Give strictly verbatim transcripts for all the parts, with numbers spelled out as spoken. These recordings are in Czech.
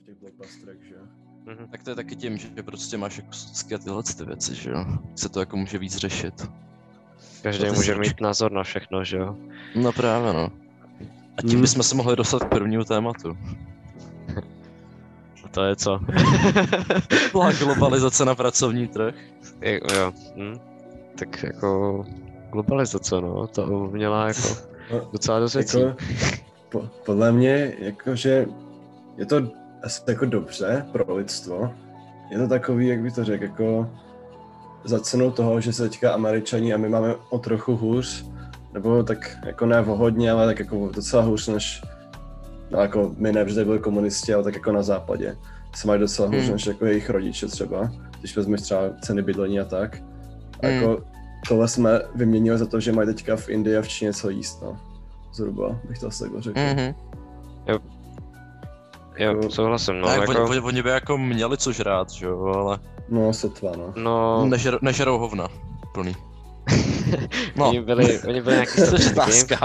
těch blockbusterech, že jo. Mm-hmm. Tak to je taky tím, že prostě máš jako socky a tyhle ty věci, že jo. Se to jako může víc řešit. Každý může zrač... mít názor na všechno, že jo. No právě no. A tím hmm. bychom se mohli dostat k prvnímu tématu. A to je co? Byla globalizace na pracovní trh. Je, jo. Hm. Tak jako globalizace, no, to měla jako no, docela dost věcí. Jako, po, podle mě, jakože je to asi jako dobře pro lidstvo. Je to takový, jak by to řekl, jako za cenu toho, že se teďka Američani a my máme o trochu hůř, nebo tak jako ne o hodně, ale tak jako docela hůř než, no jako my ne vždy byli komunisti, ale tak jako na západě. Se mají docela hůř hmm. než jako jejich rodiče třeba, když vezmeš třeba ceny bydlení a tak. A jako hmm. tohle jsme vyměnili za to, že mají teďka v Indii a v Číně co jíst, no. Zhruba, bych to asi takhle řekl. Mm-hmm. Jo. Jo, jako... souhlasím, no. Ne, jako... oni, oni by jako měli co žrát, že jo, ale... No, sotva, no. No... Nežer, nežerou hovna, plný. No. Oni byli, oni byli nějaký statistiky.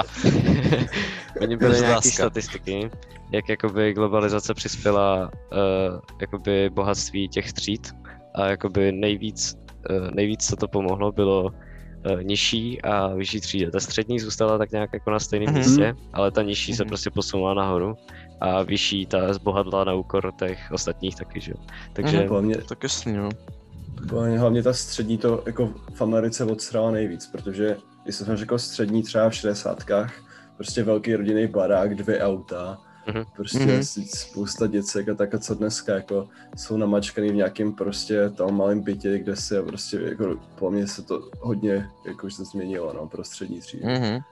Oni byli nějaký statistiky, jak jakoby globalizace přispěla uh, jakoby bohatství těch tříd a jakoby nejvíc, uh, nejvíc co to pomohlo bylo uh, nižší a vyšší třída. Ta střední zůstala tak nějak jako na stejném mm-hmm. místě, ale ta nižší mm-hmm. se prostě posunula nahoru a vyšší ta zbohatla na úkor těch ostatních taky, že jo. Takže mm-hmm. mě... tak jasný, no. Hlavně ta střední to jako v Americe odsrala nejvíc, protože když jsem řekl střední třeba v šedesátkách, prostě velký rodinný barák, dvě auta, mm-hmm. prostě mm-hmm. spousta děcek a tak a co dneska jako jsou namačkaný v nějakém prostě tam malém bytě, kde se prostě jako po mně se to hodně jako se změnilo, no, pro střední třídu. Mm-hmm.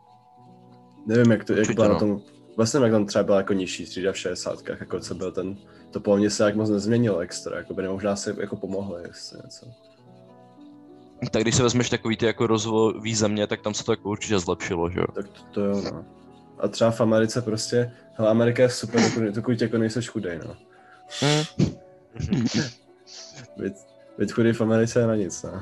Nevím, jak to, jak byla no. na tom, vlastně jak tam třeba byla jako nižší třída v šedesátkách, jako co byl ten, to po mně se jak moc nezměnilo extra, jako by možná se jako pomohlo, jestli něco. Tak když se vezmeš takový ty jako rozvojový země, tak tam se to jako určitě zlepšilo, že jo? Tak to, to jo, no. A třeba v Americe prostě, hele, Amerika je super, dokud jako nejseš chudej, no. Mm. být, být chudej v Americe je na nic, no.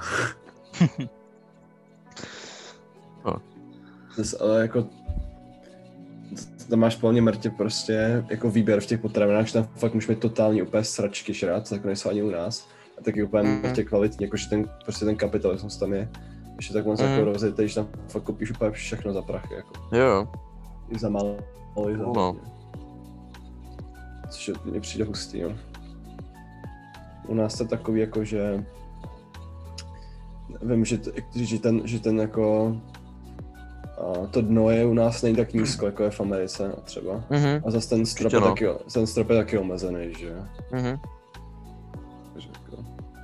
no. Ale jako, tam máš plně mrtě prostě jako výběr v těch potravinách, že tam fakt můžeš mít totální úplně sračky žrát, tak nejsou ani u nás. A taky úplně mm. mrtě kvalitní, jakože ten, prostě ten kapitalismus tam je. Ještě tak moc mm. jako rozjetej, že tam fakt koupíš úplně všechno za prachy, jako. Jo. I za málo, i za no. hodně. Což mně přijde hustý, jo. U nás to takový jako, že... Vím, že, t- že, ten, že ten jako... A to dno je u nás není tak nízko, jako je v Americe třeba. Mm-hmm. A zase ten strop, je taky, ten strop je taky omezený, že? Mm-hmm. Jako.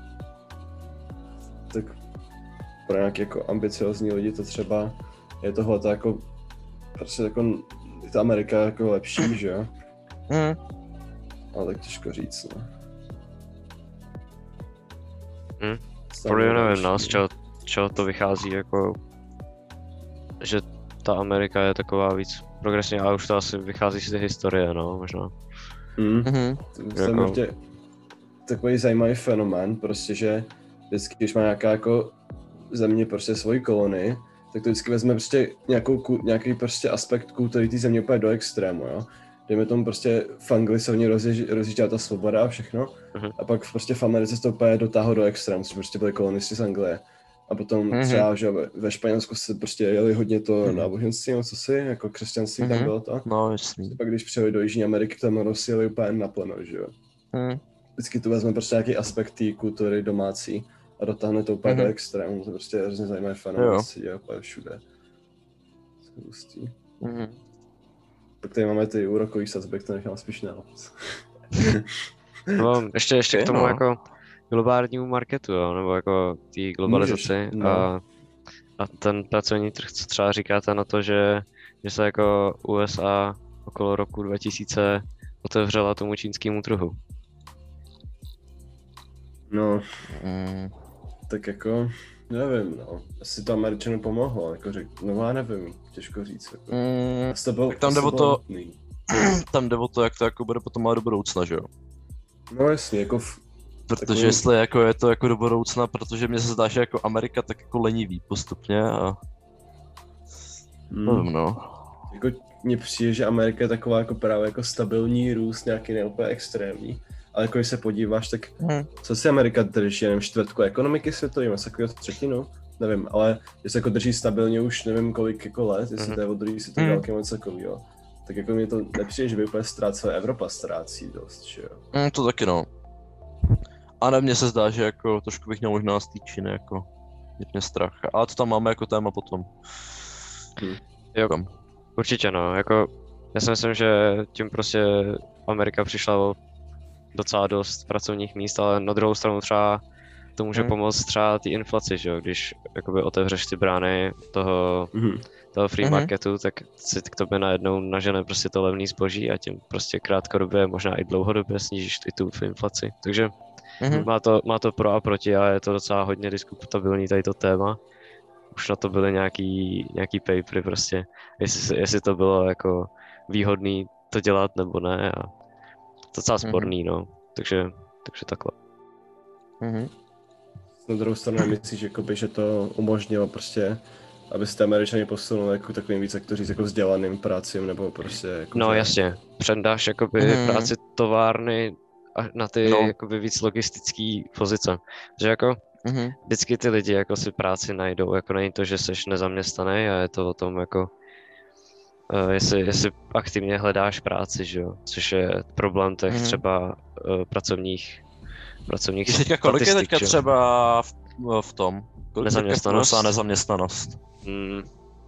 Tak pro nějaký jako ambiciozní lidi to třeba je tohle jako prostě jako ta Amerika jako lepší, že jo? Mm. Ale tak těžko říct, no. Hmm. Protože nevím, no, z čeho, čeho to vychází, jako že ta Amerika je taková víc progresní, ale už to asi vychází z té historie, no, možná. Mm. Mm-hmm. To je jako... Tě, takový zajímavý fenomén, prostě, že vždycky, když má nějaká jako země prostě svoji kolonii, tak to vždycky vezme prostě nějakou, nějaký prostě aspekt kultury té země úplně do extrému, jo. Dejme tomu prostě v Anglii se v ní rozjížděla ta svoboda a všechno, uh-huh. a pak prostě v Americe se to úplně dotáhlo do extrému, což prostě byli kolonisti z Anglie. A potom uh-huh. třeba, že ve Španělsku se prostě jeli hodně to uh-huh. náboženství, no co si, jako křesťanství uh-huh. tam bylo to. No, jasný. Pak když přijeli do Jižní Ameriky, tam rozjeli úplně naplno, že jo. Uh-huh. Vždycky tu vezme prostě nějaký aspekt té kultury domácí a dotáhne to úplně uh-huh. do extrému, to prostě je hrozně zajímavý fenomén, se děje úplně všude. To je hustý. Uh-huh. Tak tady máme ty úrokový sazby, které nechám spíš na noc. No, ještě, ještě k tomu no. jako globálnímu marketu, jo, nebo jako té globalizaci. Můžeš, no. a, a ten pracovní trh, co třeba říkáte na to, že, že se jako U S A okolo roku dva tisíce otevřela tomu čínskému trhu. No, mm. tak jako, nevím, no, asi to Američanům pomohlo, jako řek, no já nevím, těžko říct, jako. Mm. To byl, tak tam jde o to, tam jde o to, jak to jako bude potom ale do budoucna, že jo? No jasně, jako v, protože takový... jestli jako je to jako do budoucna, protože mně se zdá, že jako Amerika tak jako leniví postupně a... Hmm. Nevím, no. Jako mně přijde, že Amerika je taková jako právě jako stabilní růst, nějaký neúplně extrémní. Ale jako když se podíváš, tak hmm. co si Amerika drží, nevím, čtvrtku ekonomiky světové, má takovou třetinu, nevím, ale jestli jako drží stabilně už nevím kolik jako let, jestli hmm. to je od druhé světové války hmm. něco takového. Tak jako mi to nepřijde, že by úplně ztrácela, Evropa ztrácí dost, že jo? Mm, to taky no. A ne, mně se zdá, že jako trošku bych měl možná z té Číny, jako mě strach. Ale to tam máme jako téma potom. Hmm. Jo, určitě no, jako já si myslím, že tím prostě Amerika přišla o docela dost pracovních míst, ale na druhou stranu třeba to může hmm. pomoct třeba té inflaci, že jo, když jakoby otevřeš ty brány toho, hmm. toho free marketu, hmm. tak si k tobě najednou nažene prostě to levný zboží a tím prostě krátkodobě, možná i dlouhodobě snížíš i tu inflaci. Takže hmm. má, to, má to pro a proti a je to docela hodně diskutabilní tady to téma. Už na to byly nějaký, nějaký papery prostě, jestli, jestli to bylo jako výhodný to dělat nebo ne a docela sporný, mm-hmm. no, takže, takže takhle. Mm-hmm. Na druhou stranu myslíš, jakoby, že to umožnilo prostě, aby se Američani posunuli jako takovým víc, jak to říct, jako vzdělaným prácím, nebo prostě jako... No že... jasně, předáš jakoby mm-hmm. práci továrny na ty no. jakoby víc logistický pozice, že jako mm-hmm. vždycky ty lidi jako si práci najdou, jako není to, že seš nezaměstnaný a je to o tom jako Uh, jestli, jestli aktivně hledáš práci, že jo, což je problém těch mm-hmm. třeba uh, pracovních, pracovních statistik. Teďka kolik je teďka třeba v, v tom? Kolik nezaměstnanost? nezaměstnanost? Mm.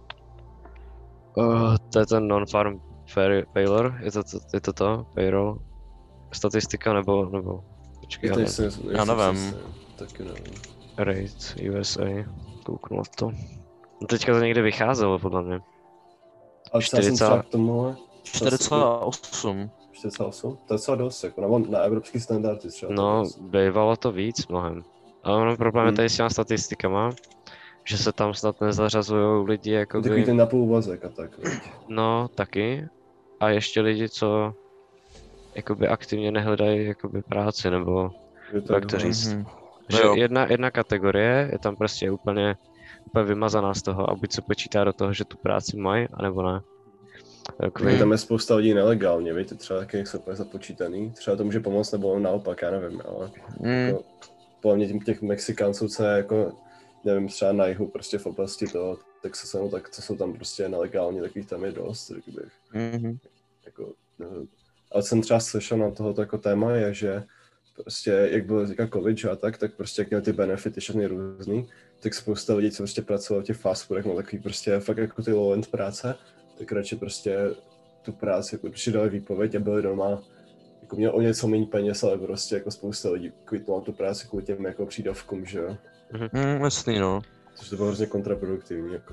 Uh, to je ten non-farm payroll, je to to, je to, to payroll, statistika nebo, nebo, počkej, já, nejsem, nejsem, já nevím. Nejsem, taky nevím. Rate U S A, kouknu na to. No teďka to někde vycházelo podle mě. A čtyřicet tomu, čtyři celá osm. čtyři celá osm? To je docela dost, jako na, na evropský standardy třeba. No, bývalo to víc mnohem. Ale ono problém je tady s těma statistikama, že se tam snad nezařazují lidi jako takový ten napůl úvazek a tak, veď. No, taky. A ještě lidi, co jakoby aktivně nehledají jakoby práci, nebo jak to říct. Mm-hmm. Že jedna, jedna kategorie je tam prostě úplně úplně vymazaná z toho a buď se počítá do toho, že tu práci mají, anebo ne. Takový... Tam je spousta lidí nelegálně, víte, třeba taky jak jsou úplně započítaný. Třeba to může pomoct, nebo naopak, já nevím, ale mm. jako, podle mě těch Mexikánců, co je jako, nevím, třeba na jihu, prostě v oblasti toho Texasu, tak co jsou tam prostě nelegálně, takových tam je dost, řekl bych. Mm-hmm. Jako, nevím. Ale jsem třeba slyšel na tohoto jako téma je, že prostě, jak bylo říká covid, a tak, tak prostě jak měl ty benefity všechny různý, tak spousta lidí, co prostě pracovalo v těch fast foodech, měl takový prostě fakt jako ty low-end práce, tak radši prostě tu práci jako když dali výpověď a byli doma, jako měl o něco méně peněz, ale prostě jako spousta lidí kvitovala tu práci kvůli těm jako přídavkům, že jo. Mm, jasný no. Což to bylo hrozně kontraproduktivní, jako.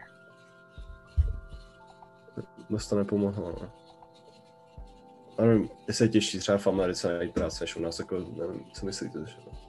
Dost to nepomohlo, no. A nevím, jestli je těžší třeba v Americe najít práci, než u nás, jako nevím, co myslíte, že jo.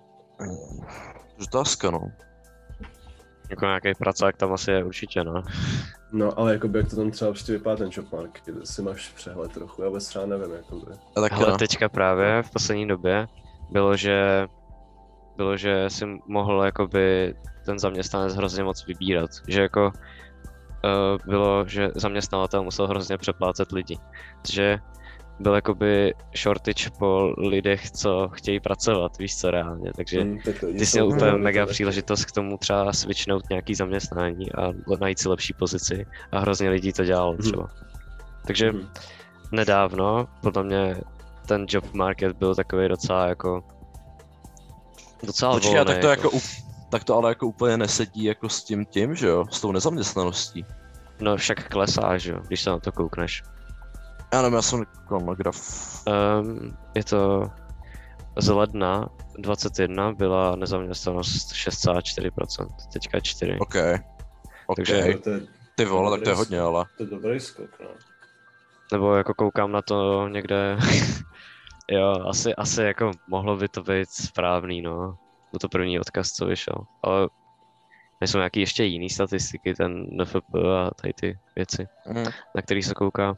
Otázka, no. Jako nějaký pracák tam asi je určitě, no. No, ale jakoby jak to tam třeba prostě vypadá ten job market, si máš přehled trochu, já vůbec třeba nevím, jakoby. Ale teďka právě v poslední době bylo, že bylo, že si mohl jakoby ten zaměstnanec hrozně moc vybírat, že jako uh, bylo, že zaměstnavatel musel hrozně přeplácet lidi, že byl jakoby shortage po lidech, co chtějí pracovat, víš co reálně, takže hmm, ty jsi měl úplně mega příležitost k tomu třeba switchnout nějaký zaměstnání a najít si lepší pozici a hrozně lidí to dělalo třeba. Takže hmm. nedávno, podle mě ten job market byl takový docela jako docela Počkej, volný. tak to jako, jako tak to ale jako úplně nesedí jako s tím tím, že jo, s tou nezaměstnaností. No však klesá, že jo, když se na to koukneš. Já nevím, já jsem koukal na graf. Um, je to z ledna dvacet jedna byla nezaměstnanost šest celá čtyři procenta, teďka čtyři. OK. OK. Takže, ty vole, tak to je hodně, ale. To je dobrý skok, no. Nebo jako koukám na to někde, jo, asi, asi jako mohlo by to být správný, no. Byl to první odkaz, co vyšel, ale nejsou nějaký ještě jiný statistiky, ten N F P a tady ty věci, mm. na který se kouká.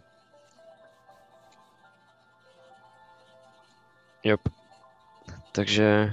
Jop. Takže...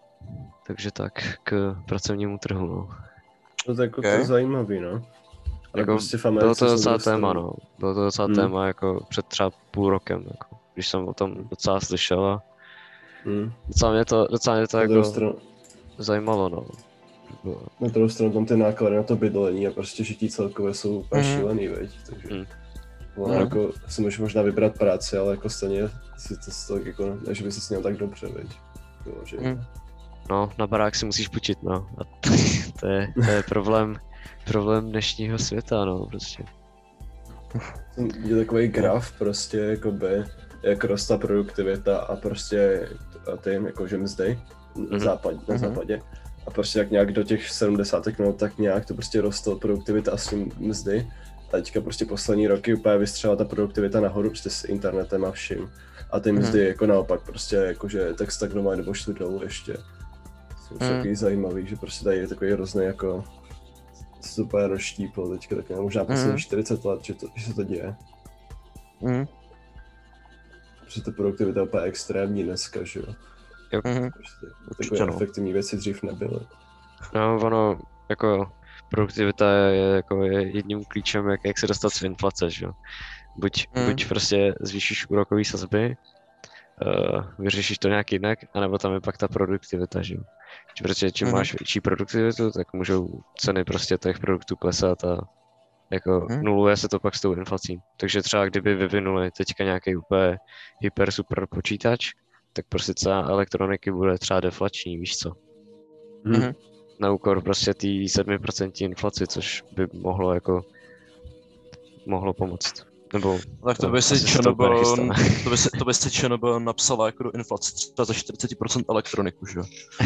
Takže tak k pracovnímu trhu, no. To je jako okay. To zajímavý, no. Jako, prostě bylo to docela téma, no. Bylo to docela hmm. téma jako před třeba půl rokem, jako, když jsem o tom docela slyšel a hmm. docela mě to, docela mě to jako stranu... zajímalo, no. Bylo. Na druhou stranu tam ty náklady na to bydlení a prostě žití celkově jsou úplně hmm. šílený, veď, takže hmm. ono hmm. jako si můžeš možná vybrat práci, ale jako stejně si to tak jako, ne, že by si měl tak dobře, veď. Bylo, že... hmm. No, na barák si musíš půjčit, no. A to je, to je problém, problém dnešního světa, no, prostě. Je takový graf, prostě, jakoby, jak roste produktivita a prostě a ty, jakože mzdy mm-hmm. západ, na mm-hmm. západě. A prostě jak nějak do těch sedmdesátých minut, tak nějak to prostě rostlo produktivita a s tím mzdy. A teďka prostě poslední roky úplně vystřela ta produktivita nahoru, prostě s internetem a vším. A ty mzdy mm-hmm. jako naopak prostě, jakože tak stagnovaly nebo šly dolů ještě. Jsou mm. takový zajímavý, že prostě tady je takový hrozný jako super rozštípl teďka tak možná poslední mm. čtyřicet let, že, to, že se to děje. Mm. Protože ta produktivita je úplně extrémní dneska, že jo. Mm. Prostě takové no. efektivní věci dřív nebyly. No ono, jako produktivita je, je jako je jedním klíčem, jak, jak se dostat z inflace, že jo. Buď, mm. buď prostě zvýšíš úrokový sazby, uh, vyřešíš to nějak jinak, anebo tam je pak ta produktivita, že jo. Protože čím mm. máš větší produktivitu, tak můžou ceny prostě těch produktů klesat a jako mm. nuluje se to pak s tou inflací. Takže třeba kdyby vyvinuli teďka nějaký úplně hyper super počítač, tak prostě celá elektroniky bude třeba deflační, víš co. Mm. Na úkor prostě té sedm procent inflaci, což by mohlo jako mohlo pomoct. Nebo tak to by si ČNB, to by si, to by si ČNB napsala jako do inflace třeba za čtyřicet procent elektroniku, že jo?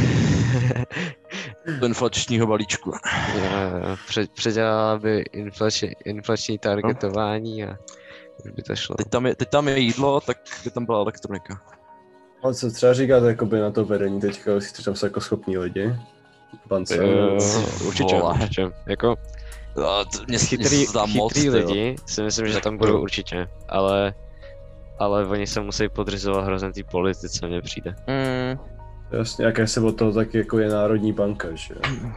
Do inflačního balíčku. Před, předělala by inflační, inflační targetování a už by to šlo. Teď tam je, teď tam je jídlo, tak by tam byla elektronika. Ale co třeba říkáte jakoby na to vedení teďka, jestli tam jsou jako schopní lidi? Bance? Určitě, určitě. Jako Mě chytrý, chytrý lidi si myslím, že tam budou určitě, ale, ale oni se musí podřizovat hrozně té politice, mně přijde. Mm. Jasně, jaké se od toho taky jako je Národní banka, že?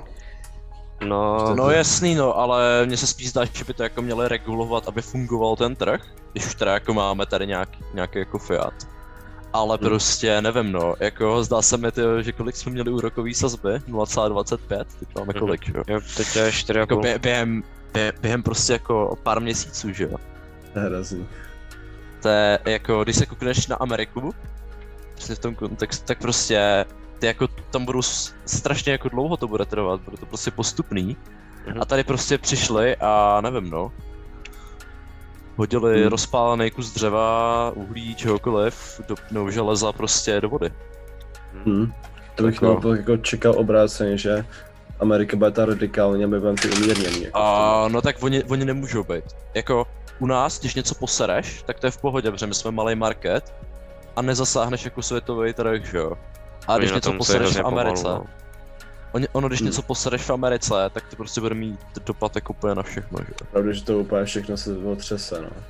No, no jasný, no, ale mně se spíš zdá, že by to jako měli regulovat, aby fungoval ten trh, když už teda jako máme tady nějaký, nějaký jako fiat. Ale hmm. prostě nevím, no, jako zdá se mi to, že kolik jsme měli úrokový sazby, nula celá dvacet pět, teď máme kolik, jo? Jo, teď je čtyři a půl. Jako během, během prostě jako pár měsíců, že jo? To je hrozný. To je jako, když se koukneš na Ameriku, prostě v tom kontextu, tak prostě ty jako tam budou strašně jako dlouho to bude trvat, bude to prostě postupný. Hmm. A tady prostě přišli a nevím, no. Hodili hmm. rozpálený kus dřeva, uhlí, čehokoliv, do, no, železa prostě do vody. Hmm. To bych jako... jako čekal obráceně, že Amerika bude ta radikálně, my budeme ty umírnění. Jako a no tak oni, oni nemůžou být. Jako u nás, když něco posereš, tak to je v pohodě, protože my jsme malý market a nezasáhneš jako světový trh, že jo. A když něco posereš v Americe, pomalu, no. Oni, ono když hmm. něco posereš v Americe, tak to prostě bude mít dopad jako úplně na všechno, že jo. Pravda, že to úplně všechno se otřese, no.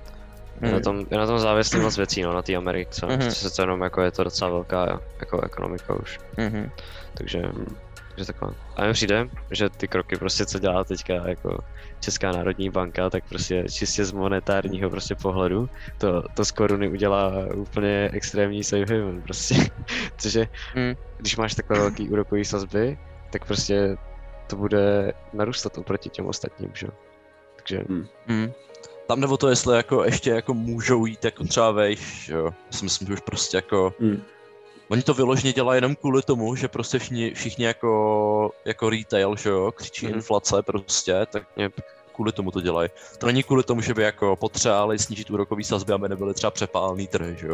Je na tom, je na tom závislý moc věcí, no, na té Americe, mm-hmm. se to jenom jako je to docela velká jako ekonomika už. Mm-hmm. Takže, takže takhle. A mi přijde, že ty kroky prostě co dělá teďka jako Česká národní banka, tak prostě čistě z monetárního prostě pohledu, to, to z koruny udělá úplně extrémní safe haven prostě. Cože, mm. když máš takhle velký úrokový sazby, tak prostě to bude narůstat oproti těm ostatním, že? Takže... Mm. Mm. Tam nebo to, jestli jako ještě jako můžou jít jako třeba vejš, jo. Já si myslím, že už prostě jako... Mm. Oni to vyloženě dělají jenom kvůli tomu, že prostě všichni, všichni jako, jako retail, že jo, křičí mm. inflace prostě, tak kvůli tomu to dělají. To není kvůli tomu, že by jako potřebovali snížit úrokový sazby, aby nebyly třeba přepálený trhy, že jo.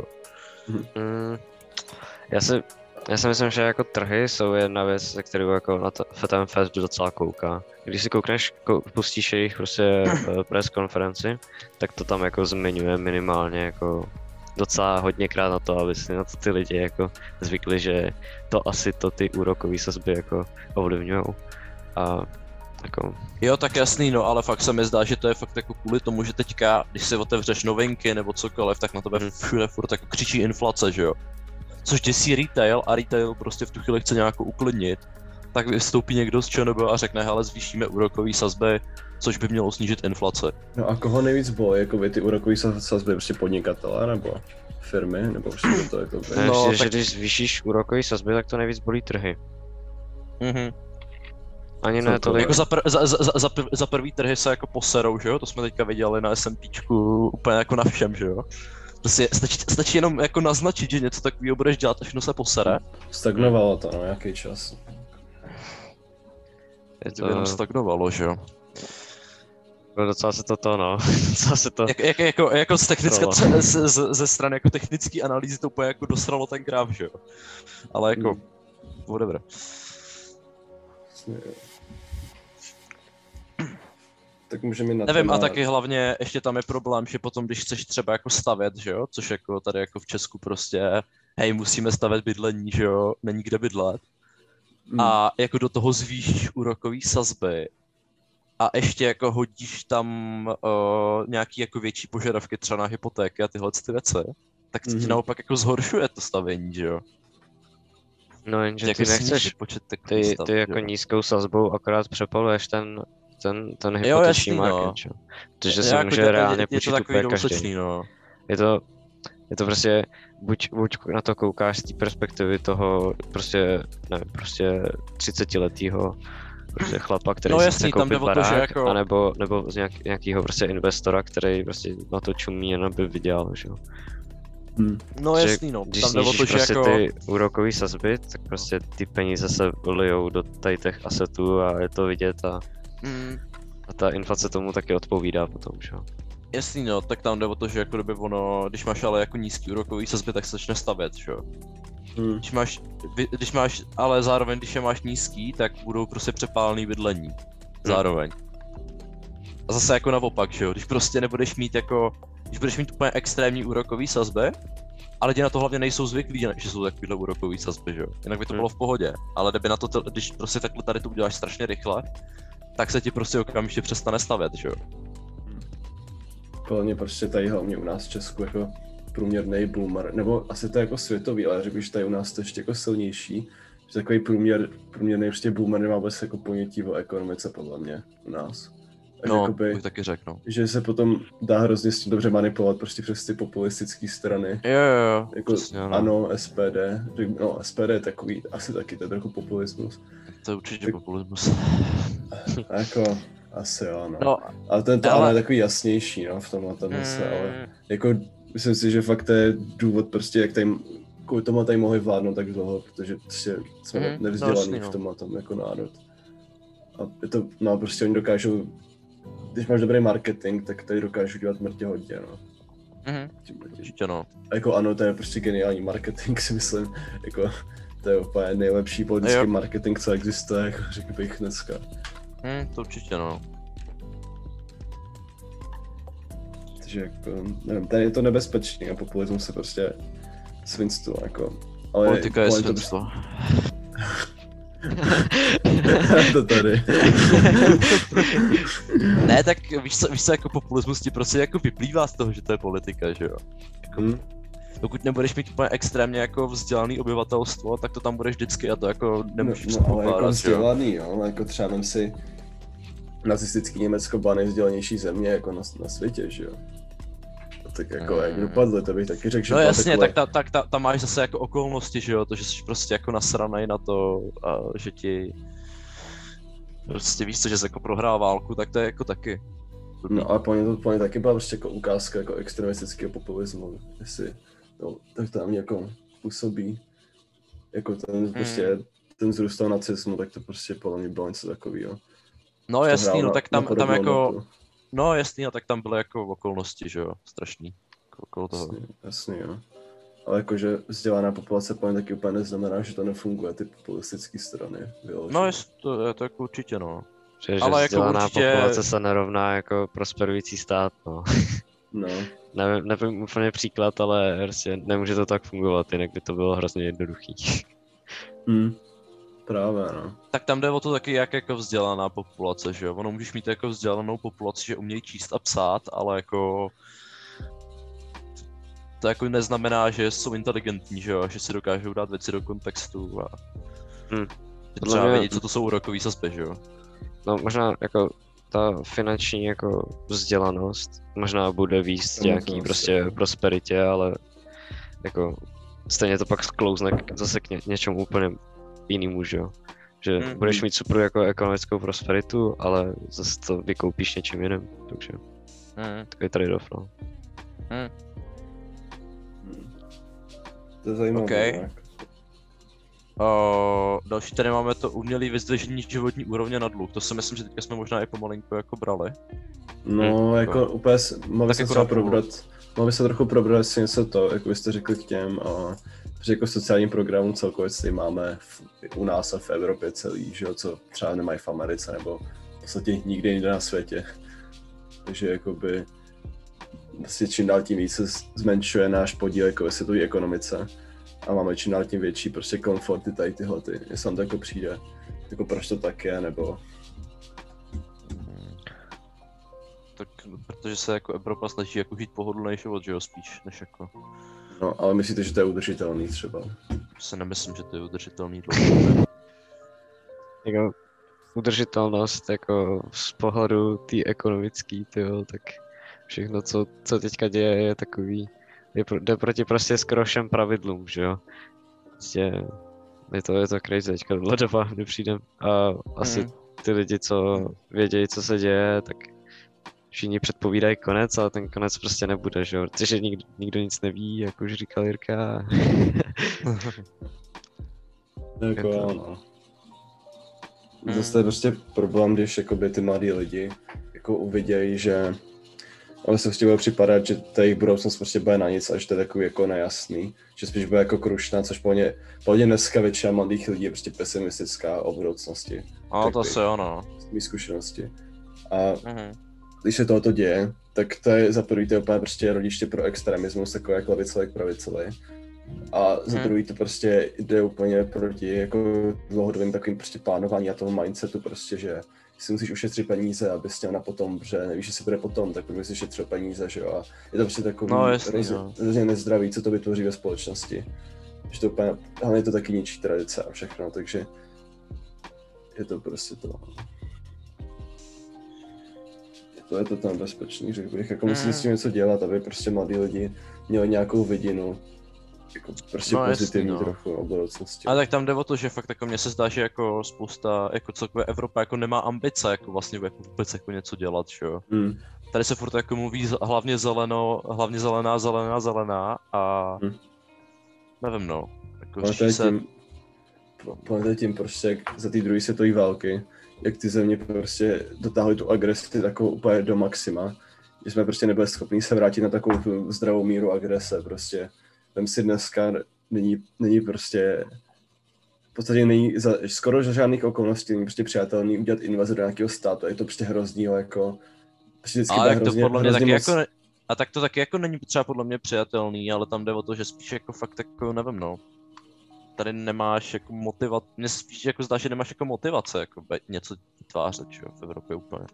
Mm. Já si, já si myslím, že jako trhy jsou jedna věc, se kterou jako na to F T F docela kouká. Když si koukneš, kou, pustíš jejich prostě press konferenci, tak to tam jako zmiňuje minimálně jako docela hodněkrát na to, aby si na to ty lidi jako zvykli, že to asi to ty úrokový sazby jako ovlivňujou. A jako... Jo, tak jasný, no, ale fakt se mi zdá, že to je fakt jako kvůli tomu, že teďka, když si otevřeš novinky nebo cokoliv, tak na tebe hmm. všude furt jako křičí inflace, že jo. Což děsí retail a retail prostě v tu chvíli chce nějak uklidnit, tak vystoupí někdo z ČNB a řekne, hele, zvýšíme úrokový sazby, což by mělo snížit inflaci. No a koho nejvíc bolí, jakoby ty úrokový sazby, prostě podnikatele nebo firmy, nebo prostě to jako... Ne, No, že tak... když zvýšíš úrokový sazby, tak to nejvíc bolí trhy. Mhm. Ani ne tolik. Jako za, pr- za, za, za, za prvý trhy se jako poserou, že jo? To jsme teďka viděli na SMPčku úplně jako na všem, že jo? Prostě stačí, stačí jenom jako naznačit, že něco takového budeš dělat, až se posere. Stagnovalo to, no, nějaký čas. Je to jenom stagnovalo, že jo? No docela se to to, no. Docela se to... Jak, jak, jako, jako z technická, z, z, ze strany jako technické analýzy to úplně jako dosralo ten graf, že jo? Ale jako, hmm. whatever. Tak můžeme na Nevím, téma... a taky hlavně ještě tam je problém, že potom, když chceš třeba jako stavět, že jo, což jako tady jako v Česku prostě, hej, musíme stavět bydlení, že jo, není kde bydlet. Hmm. A jako do toho zvýšíš úrokový sazby a ještě jako hodíš tam uh, nějaký jako větší požadavky třeba na hypotéky a tyhle ty věci, tak to ti hmm. naopak jako zhoršuje to stavění, že jo. No jenže ty nechceš, ty, ty jako nízkou sazbou akorát přepaluješ ten ten, ten hypoteční market, no. Protože se jako může je, reálně je, je půjčit úplně každý. No. Je to, je to prostě, buď, buď na to koukáš z té perspektivy toho prostě, nevím, prostě třicetiletýho prostě chlapa, který no, si jasný, chce koupit barák, to, jako... anebo, nebo z nějak, nějakého prostě investora, který prostě na to čumí, jen aby vydělal, že jo. Hmm. No jasný, no. Když tam snížíš to, prostě jako... ty úrokový sazby, tak prostě ty peníze se lijou do tady těch asetů a je to vidět a... Mm. A ta inflace tomu taky odpovídá potom, že jo? Jasný no, tak tam jde o to, že jako kdyby ono, když máš ale jako nízký úrokový sazby, tak se začne stavět, že jo? Hmm. Když máš, když máš, ale zároveň když je máš nízký, tak budou prostě přepálený bydlení. Zároveň. A zase jako naopak, že jo? Když prostě nebudeš mít jako, když budeš mít úplně extrémní úrokový sazby, ale lidi na to hlavně nejsou zvyklí, že jsou takovýhle úrokový sazby, že jo? Jinak by to bylo v pohodě, ale kdyby na to, když prostě takhle tady to uděláš strašně rychle, tak se ti prostě okamžitě přestane stavět, že jo? Podle mě prostě tady hlavně u nás v Česku jako průměrný boomer, nebo asi to je jako světový, ale řekl, že tady u nás to ještě jako silnější, že takový průměr, průměrný prostě boomer nemá vůbec jako ponětí o ekonomice podle mě u nás. A no, jakoby, bych taky řekl, no. Že se potom dá hrozně s tím dobře manipulovat prostě přes ty populistické strany. Jo, jo, jo. Jako přesně, no. Ano, S P D, no S P D je takový, asi taky, to je trochu populismus. To je určitě tak, populismus. Jako, asi jo, no. no ale ten to ale... je takový jasnější, no, v tomhle tam mm. se, ale jako myslím si, že fakt to je důvod prostě, jak tady, kvůli tomu tady mohli vládnout tak dlouho, protože prostě jsme mm, nevzdělaný no, v tomhle tam jako národ. A je to, no prostě oni dokážou, když máš dobrý marketing, tak tady dokážou dělat mrtě hodně, no. Mhm, určitě no. A jako ano, to je prostě geniální marketing, si myslím, jako to je úplně nejlepší politický marketing, co existuje, jako řekl bych dneska. Hmm, to určitě no. Takže jako, nevím, tady je to nebezpečný a populismus se prostě svinstvo, jako. Ale politika je svinstvo. To tady. Ne, tak víš co, víš co, jako populismus ti prostě jako vyplývá z toho, že to je politika, že jo? Jako, hmm. Pokud nebudeš mít úplně extrémně jako vzdělaný obyvatelstvo, tak to tam budeš vždycky a to jako nemůžeš no, no, ale jako vzdělaný, jo, jako třeba vem si nacistický Německo byla nejvzdělanější země jako na, na světě, že jo? Tak jako, jak dopadlo, to bych taky řekl, že no jasně, takové... tak, ta, tak ta, tam máš zase jako okolnosti, že jo, to, že jsi prostě jako nasranej na to, a že ti prostě víš co, že jsi jako prohrál válku, tak to je jako taky. No a po ně to po ně taky byla prostě jako ukázka jako extremistického populismu, jestli, no, tak to na mě jako působí, jako ten prostě, hmm. ten zrůst toho nacismu, tak to prostě podle mě bylo něco takového. No jasný, no tak tam, tam jako, notu. No jasný, no tak tam byly jako okolnosti, že jo, strašný, okolo toho. Jasný, jasný, jo. Ale jakože vzdělaná populace plně taky úplně neznamená, že to nefunguje, ty populistické strany, vyloženě. No jest, to je to jako určitě, no. Že, ale že vzdělaná jako určitě... populace se nerovná jako prosperující stát, no. No. nevím, nevím úplně příklad, ale prostě nemůže to tak fungovat, jinak by to bylo hrozně jednoduchý. Hmm. Právě, no. Tak tam jde o to taky, jak jako vzdělaná populace, že jo? Ono můžeš mít jako vzdělanou populaci, že umějí číst a psát, ale jako... To jako neznamená, že jsou inteligentní, že jo? Že si dokážou dát věci do kontextu a... Hmm. Že třeba vědět, co to jsou úrokový sazby, že jo? No možná jako ta finanční jako vzdělanost možná bude víc nějaký prostě prosperitě, ale jako stejně to pak sklouzne zase k ně, něčemu úplně jinému, že jo. Že mm. budeš mít super jako ekonomickou prosperitu, ale zase to vykoupíš něčím jiným, takže mm. takový trade-off, no. Mm. To je zajímavé. Okay. O, další tady máme to umělé vyzdvižení životní úrovně na dluh, to si myslím, že teďka jsme možná i pomalinko jako brali. No, hmm. jako úplně, mohl by se třeba probrat, mohl by se trochu probrat, jestli něco to, jako byste řekli k těm, a, že jako sociálním programům celkově si máme v, u nás a v Evropě celý, že jo, co třeba nemají v Americe, nebo v podstatě nikde jinde na světě. Takže jakoby, vlastně čím dál tím víc se zmenšuje náš podíl jako ve světové ekonomice. A máme čím dál tím větší prostě komforty tady tyhle ty, jestli vám to jako přijde, jako proč to tak je, nebo... Tak protože se jako Evropa snaží jako žít pohodlný život, že jo, spíš, než jako... No, ale myslíte, že to je udržitelný třeba? Se nemyslím, že to je udržitelný dlouho. Jako udržitelnost jako z pohledu té ekonomický, tyjo, tak všechno, co, co teďka děje, je takový... Jde proti prostě skoro všem pravidlům, že jo. Prostě je to, je to crazy, teďka tohle doba nepřijdem. A asi mm. ty lidi, co vědějí, co se děje, tak všichni předpovídají konec, ale ten konec prostě nebude, že jo. Protože nikdo, nikdo nic neví, jak už říkal Jirka. Jako jo, no. Zase je prostě problém, když jakoby ty mladí lidi jako uvidějí, že ale se prostě bude připadat, že ta jejich budoucnost prostě bude na nic a že to je takový jako nejasný, že spíš bude jako krušná, což podle mě dneska většina mladých lidí je prostě pesimistická o budoucnosti. A to se ono. Z mý zkušenosti. A uh-huh. když se tohoto děje, tak to je za prvý to je úplně prostě rodiště pro extremismus, takový jak levicový, jak pravicový. A za druhý to prostě jde úplně proti jako dlouhodobým takovým prostě plánování a tomu mindsetu prostě, že si musíš ušetřit peníze, abys měl na potom, protože nevíš, jestli bude potom, tak musíš ušetřit peníze, že jo, a je to prostě takový no, jasný, hrozně, no. hrozně nezdravý, co to vytvoří ve společnosti. Že to úplně, hlavně je to taky ničí tradice a všechno, takže je to prostě to. To je to tam bezpečný, řekl bych, jako musí s tím něco dělat, aby prostě mladí lidi měli nějakou vidinu, jako prostě no, pozitivní jasný, no. trochu o budoucnosti. Ale tak tam jde o to, že fakt jako mně se zdá, že jako spousta, jako celkově Evropa jako nemá ambice, jako vlastně jako vůbec jako něco dělat, že jo. Hmm. Tady se furt jako mluví hlavně zeleno, hlavně zelená, zelená, zelená a hmm. nevím no, jako řeší se... Tím, Pojďte tím prostě, jak za té druhé světové války, jak ty země prostě dotáhly tu agresi takovou úplně do maxima, že jsme prostě nebyli schopni se vrátit na takovou tu zdravou míru agrese prostě. Vem si dneska není, není prostě, v podstatě není za, skoro za žádných okolností není prostě přijatelný udělat invazi do nějakého státu, je to prostě hroznýho jako, prostě vždycky ale hrozně, to podle mě taky moc... jako, ne, a tak to taky jako není třeba podle mě přijatelný, ale tam jde o to, že spíš jako fakt jako nevím no, tady nemáš jako motivat, mně spíš jako zdá, že nemáš jako motivace jako něco vytvářet, jo, v Evropě úplně.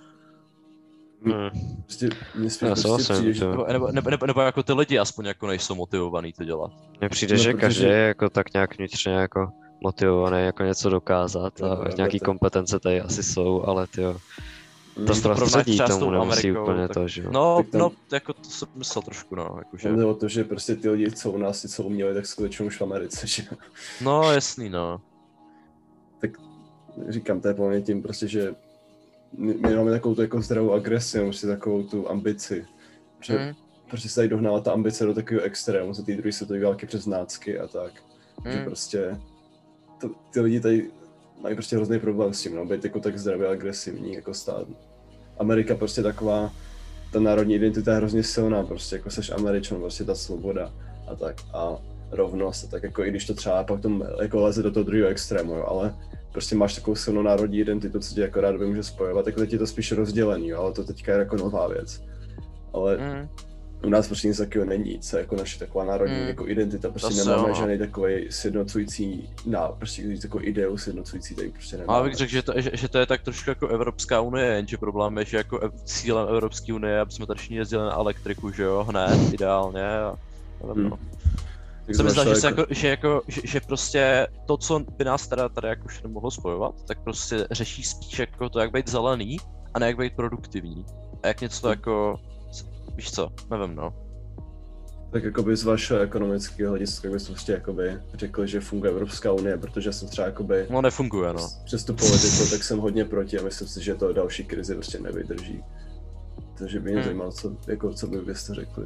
Hmm. Prostě, mě spíš já prostě přijde, že... nebo, nebo, nebo, nebo jako ty lidi aspoň jako nejsou motivovaný to dělat. Mně přijde, no, že protože... každý je jako tak nějak vnitřně jako motivovaný jako něco dokázat no, a nějaký tak. kompetence tady asi jsou, ale tyjo, to prostředí tomu nemusí Amerikou, úplně tak... to, že jo. No, tam... no, jako to jsem myslel trošku, no, jakože. Jde o to, že prostě ty lidi, co u nás něco uměli, tak jsou většinou už v Americe, že jo. No, jasný, no. Tak říkám, to je po mě tím prostě, že my máme takovou tu jako zdravou agresi, prostě takovou tu ambici. Že mm. prostě se tady dohnala ta ambice do takového extrému, za té druhé světové války přes nácky a tak. Mm. Že prostě to, ty lidi tady mají prostě hrozný problém s tím, no, být jako tak zdravě agresivní jako stát. Amerika prostě taková, ta národní identita je hrozně silná, prostě jako seš Američan, prostě ta svoboda a tak a rovnost a tak jako i když to třeba pak tom jako leze do toho druhého extrému, jo, ale prostě máš takovou silnou národní identitu, co tě jako rád může spojovat, tak teď je to spíš rozdělený, jo, ale to teďka je jako nová věc. Ale mm. u nás prostě nic takového není, co je jako naše taková národní mm. jako identita, prostě to nemáme žádný takový sjednocující, na, prostě takovou ideu sjednocující, tady prostě nemáme. Ale bych řekl, že to, že, že to je tak trošku jako Evropská unie, jenže problém je, že jako cílem Evropské unie, aby jsme tady všichni jezdili na elektriku, že jo, hned, ideálně a nevím, no. Se mi zdá, že, jako... Jako, že, jako, že, že prostě to, co by nás teda tady jako už nemohlo spojovat, tak prostě řeší spíš jako to, jak být zelený a ne jak být produktivní. A jak něco to jako, víš co, nevím no. Tak jakoby z vašeho ekonomického hlediska bys prostě jakoby řekl, že funguje Evropská unie, protože jsem třeba jakoby... No nefunguje, no. Přes tu politiku, tak jsem hodně proti a myslím si, že to další krizi prostě nevydrží. Takže by mě hmm. zajímalo, co, jako, co by byste řekli.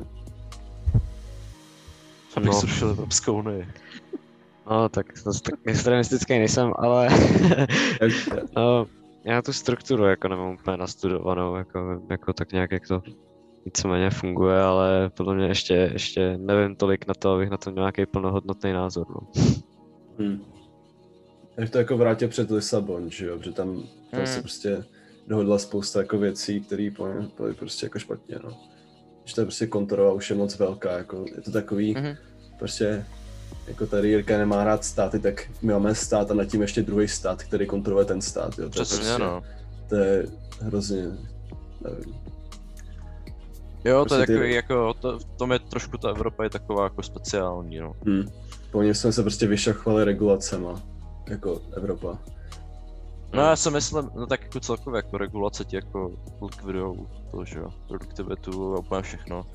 Co bych zrušil Evropskou unii. No tak zase tak extremistický nejsem, ale no, já tu strukturu jako nemám úplně nastudovanou, jako, jako tak nějak jak to víceméně funguje, ale podle mě ještě, ještě nevím tolik na to, abych na to měl nějaký plnohodnotný názor. No. Hmm. Jak to jako vrátil před Lisabon, že jo, protože tam, tam hmm. se prostě dohodla spousta jako věcí, které byly prostě jako špatně, no. Že ta prostě kontrola už je moc velká, jako je to takový, mm-hmm. prostě jako tady Jirka nemá rád státy, tak my máme stát a nad tím ještě druhý stát, který kontroluje ten stát, jo. To Přesně, je prostě, no. To je hrozně, nevím. Jo, prostě to je takový ty... jako, to, v tom je trošku ta Evropa je taková jako speciální, no. Hmm. Po něm jsme se prostě vyšachovali regulacema, jako Evropa. No já si myslím, no tak jako celkově jako regulace ti jako likvidujou to, že jo, produktivitu a úplně všechno.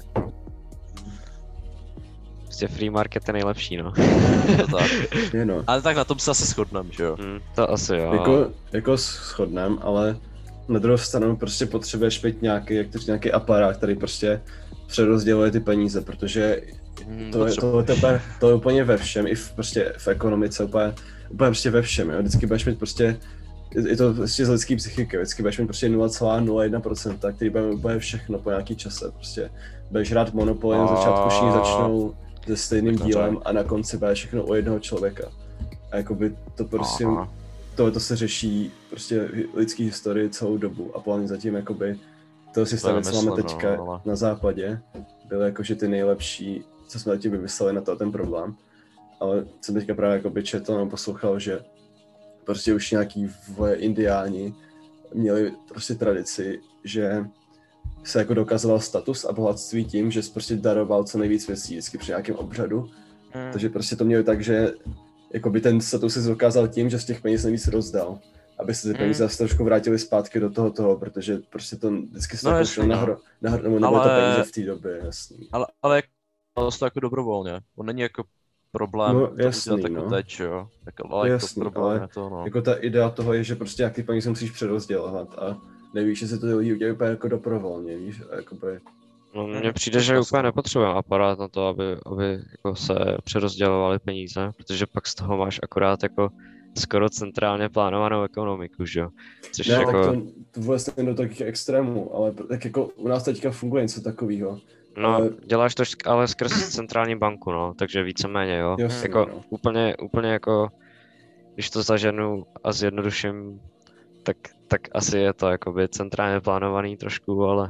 Prostě free market je nejlepší, no. To tak. Je no. Ale tak na tom se asi shodneme, že jo? Mm, to asi jo. Jako, jako shodneme, ale na druhou stranu prostě potřebuješ mít nějaký, jak to říct, nějaký aparát, který prostě přerozděluje ty peníze, protože mm, to, je, to, to, je, to je úplně ve všem, i v, prostě v ekonomice, úplně, úplně prostě ve všem, jo. Vždycky budeš mít prostě je to prostě z lidský psychiky, vždycky budeš mít prostě nula celá nula jedna procenta, který bude, bude všechno po nějaký čase, prostě budeš hrát Monopoly, na začátku všichni začnou se stejným dílem a na konci bude všechno u jednoho člověka. A jakoby to prostě, tohle to se řeší prostě v lidský historii celou dobu a plně zatím jakoby toho systému, co máme teďka no, na západě, byly jakože ty nejlepší, co jsme zatím vymysleli na to ten problém, ale jsem teďka právě jakoby četl nebo poslouchal, že prostě už nějaký v indiáni měli prostě tradici, že se jako dokazoval status a bohatství tím, že jsi prostě daroval co nejvíc věcí vždycky při nějakém obřadu. Mm. Takže prostě to měli tak, že jakoby ten status se dokázal tím, že z těch peněz nejvíc rozdal. Aby se ty peníze mm. trošku vrátily zpátky do toho toho, protože prostě to vždycky se no, tak ušlo nahro, nahro, nebo nebylo to peníze v té době, jasný. Ale, ale jak to jako dobrovolně, on není jako problém no, to jasný, udělat jako no. teď, jo. Tak, ale jasný, jako ale to, no. jako ta idea toho je, že prostě jak ty peníze musíš přerozdělovat a nevíš, že se to ty lidi udělají úplně jako dobrovolně, víš, a jakoby... No mně přijde, že úplně nepotřebujeme aparát na to, aby, aby jako se přerozdělovaly peníze, protože pak z toho máš akorát jako skoro centrálně plánovanou ekonomiku, že jo? Což ne, jako... tak to, to vůbec nevím do takových extrémů, ale tak jako u nás teďka funguje něco takového. No, ale... děláš to ale skrz centrální banku, no, takže víceméně, jo. Jasně, jako no. úplně, úplně jako, když to zaženu a zjednoduším, tak, tak asi je to jakoby centrálně plánovaný trošku, ale,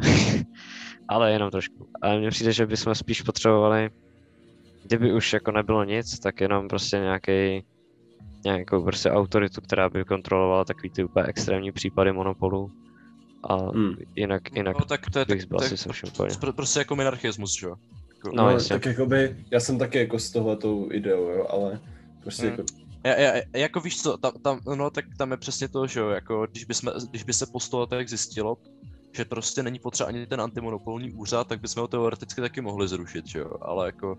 ale jenom trošku. Ale mně přijde, že bychom spíš potřebovali, kdyby už jako nebylo nic, tak jenom prostě nějaký nějakou prostě autoritu, která by kontrolovala takový ty úplně extrémní případy monopolu. A hmm. jinak, jinak no, tak to je tak, tak, tak prostě jako minarchismus, že jo? Jako, no, no tak jakoby, já jsem taky jako s tohletou ideou, jo, ale prostě hmm. jako... Já, já, jako víš co, tam, tam, no tak tam je přesně to, že jo, jako když by, jsme, když by se po sto letech zjistilo, že prostě není potřeba ani ten antimonopolní úřad, tak bychom ho teoreticky taky mohli zrušit, že jo, ale jako...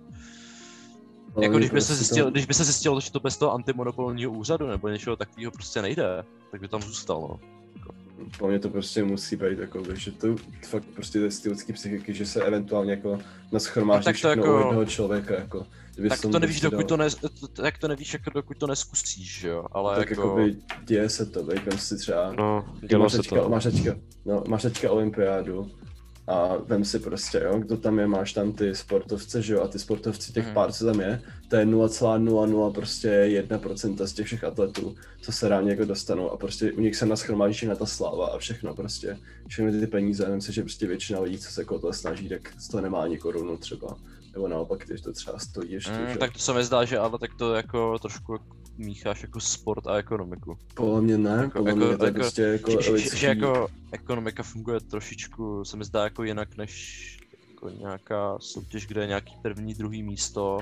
No, jako když by, se zjistilo, to... když by se zjistilo, že to bez toho antimonopolního úřadu nebo něčeho takového prostě nejde, tak by tam zůstal, no. Po mně to prostě musí být jako, že to fakt prostě z lidské psychiky, že se eventuálně jako naschromáždí no, všechno jako... u jednoho člověka, jako. Tak to nevíš, dokud dal... to, ne, tak to nevíš, jako dokud to neskusíš, že jo, ale tak jako... jakoby děje se to, veď, vem si třeba... No, dělo se teďka, to. Máš teďka, no, máš teďka olympiádu a vem si prostě, jo, kdo tam je, máš tam ty sportovce, že jo, a ty sportovci, těch hmm. pár, co tam je, to je nula celá nula nula prostě jedna procenta z těch všech atletů, co se ráně jako dostanou a prostě u nich se naschromáží na ta sláva a všechno prostě, všechny ty peníze, vem si, že prostě většina lidí, co se jako to snaží, tak z toho nemá ani korunu třeba, nebo naopak, když to třeba stojí ještě, hmm, že? Tak to se mi zdá, že ale tak to jako trošku mícháš jako sport a ekonomiku. Podle mě ne, jako, podle mě jako, to je jako, prostě jako že, že, že jako ekonomika funguje trošičku, se mi zdá jako jinak než jako nějaká soutěž, kde je nějaký první, druhý místo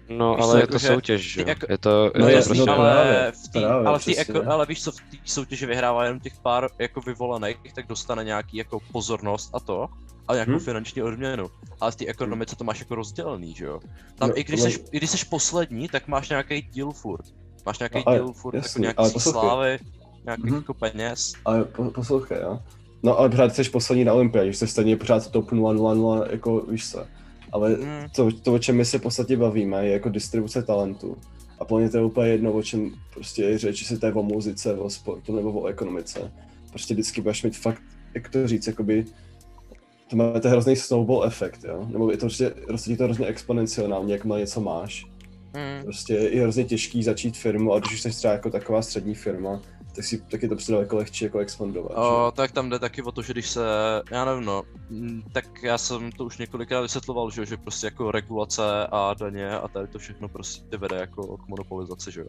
No, ale je to soutěž, že jo? Jako, je to, no je je to prostě... ale, v tý, právě, ale, v tý, jako, ale víš co, v té soutěži vyhrává jenom těch pár jako vyvolených, tak dostane nějaký jako pozornost a to, a nějakou hmm? finanční odměnu. Ale v té ekonomice to máš jako rozdělený, že jo? Tam no, i, když ale... seš, i když seš poslední, tak máš nějaký díl furt. Máš nějaký a, díl furt, jasný, jako nějaký slávy, nějakých mm-hmm. jako peněz. Ale po, poslouchej, jo. No ale pořád jsi poslední na olympiádě, že jsi stejně pořád top nula nula nula, jako víš co. Ale mm. to, to, o čem my se v podstatě bavíme, je jako distribuce talentu. A plně to je úplně jedno, o čem prostě je řeč, jestli to je o muzice, o sportu nebo o ekonomice. Prostě vždycky budeš mít fakt, jak to říct, jakoby, to má ten hrozný snowball efekt, jo. Nebo je to prostě, roste to hrozně exponenciálně, jakmile něco máš. Mm. Prostě je hrozně těžký začít firmu a když už jsi třeba jako taková střední firma, tak, si, tak je to prostě daleko lehčí jako expandovat. O, tak tam jde taky o to, že když se, já nevím no, tak já jsem to už několikrát vysvětloval, že, že prostě jako regulace a daně a tady to všechno prostě vede jako k monopolizaci, že jo.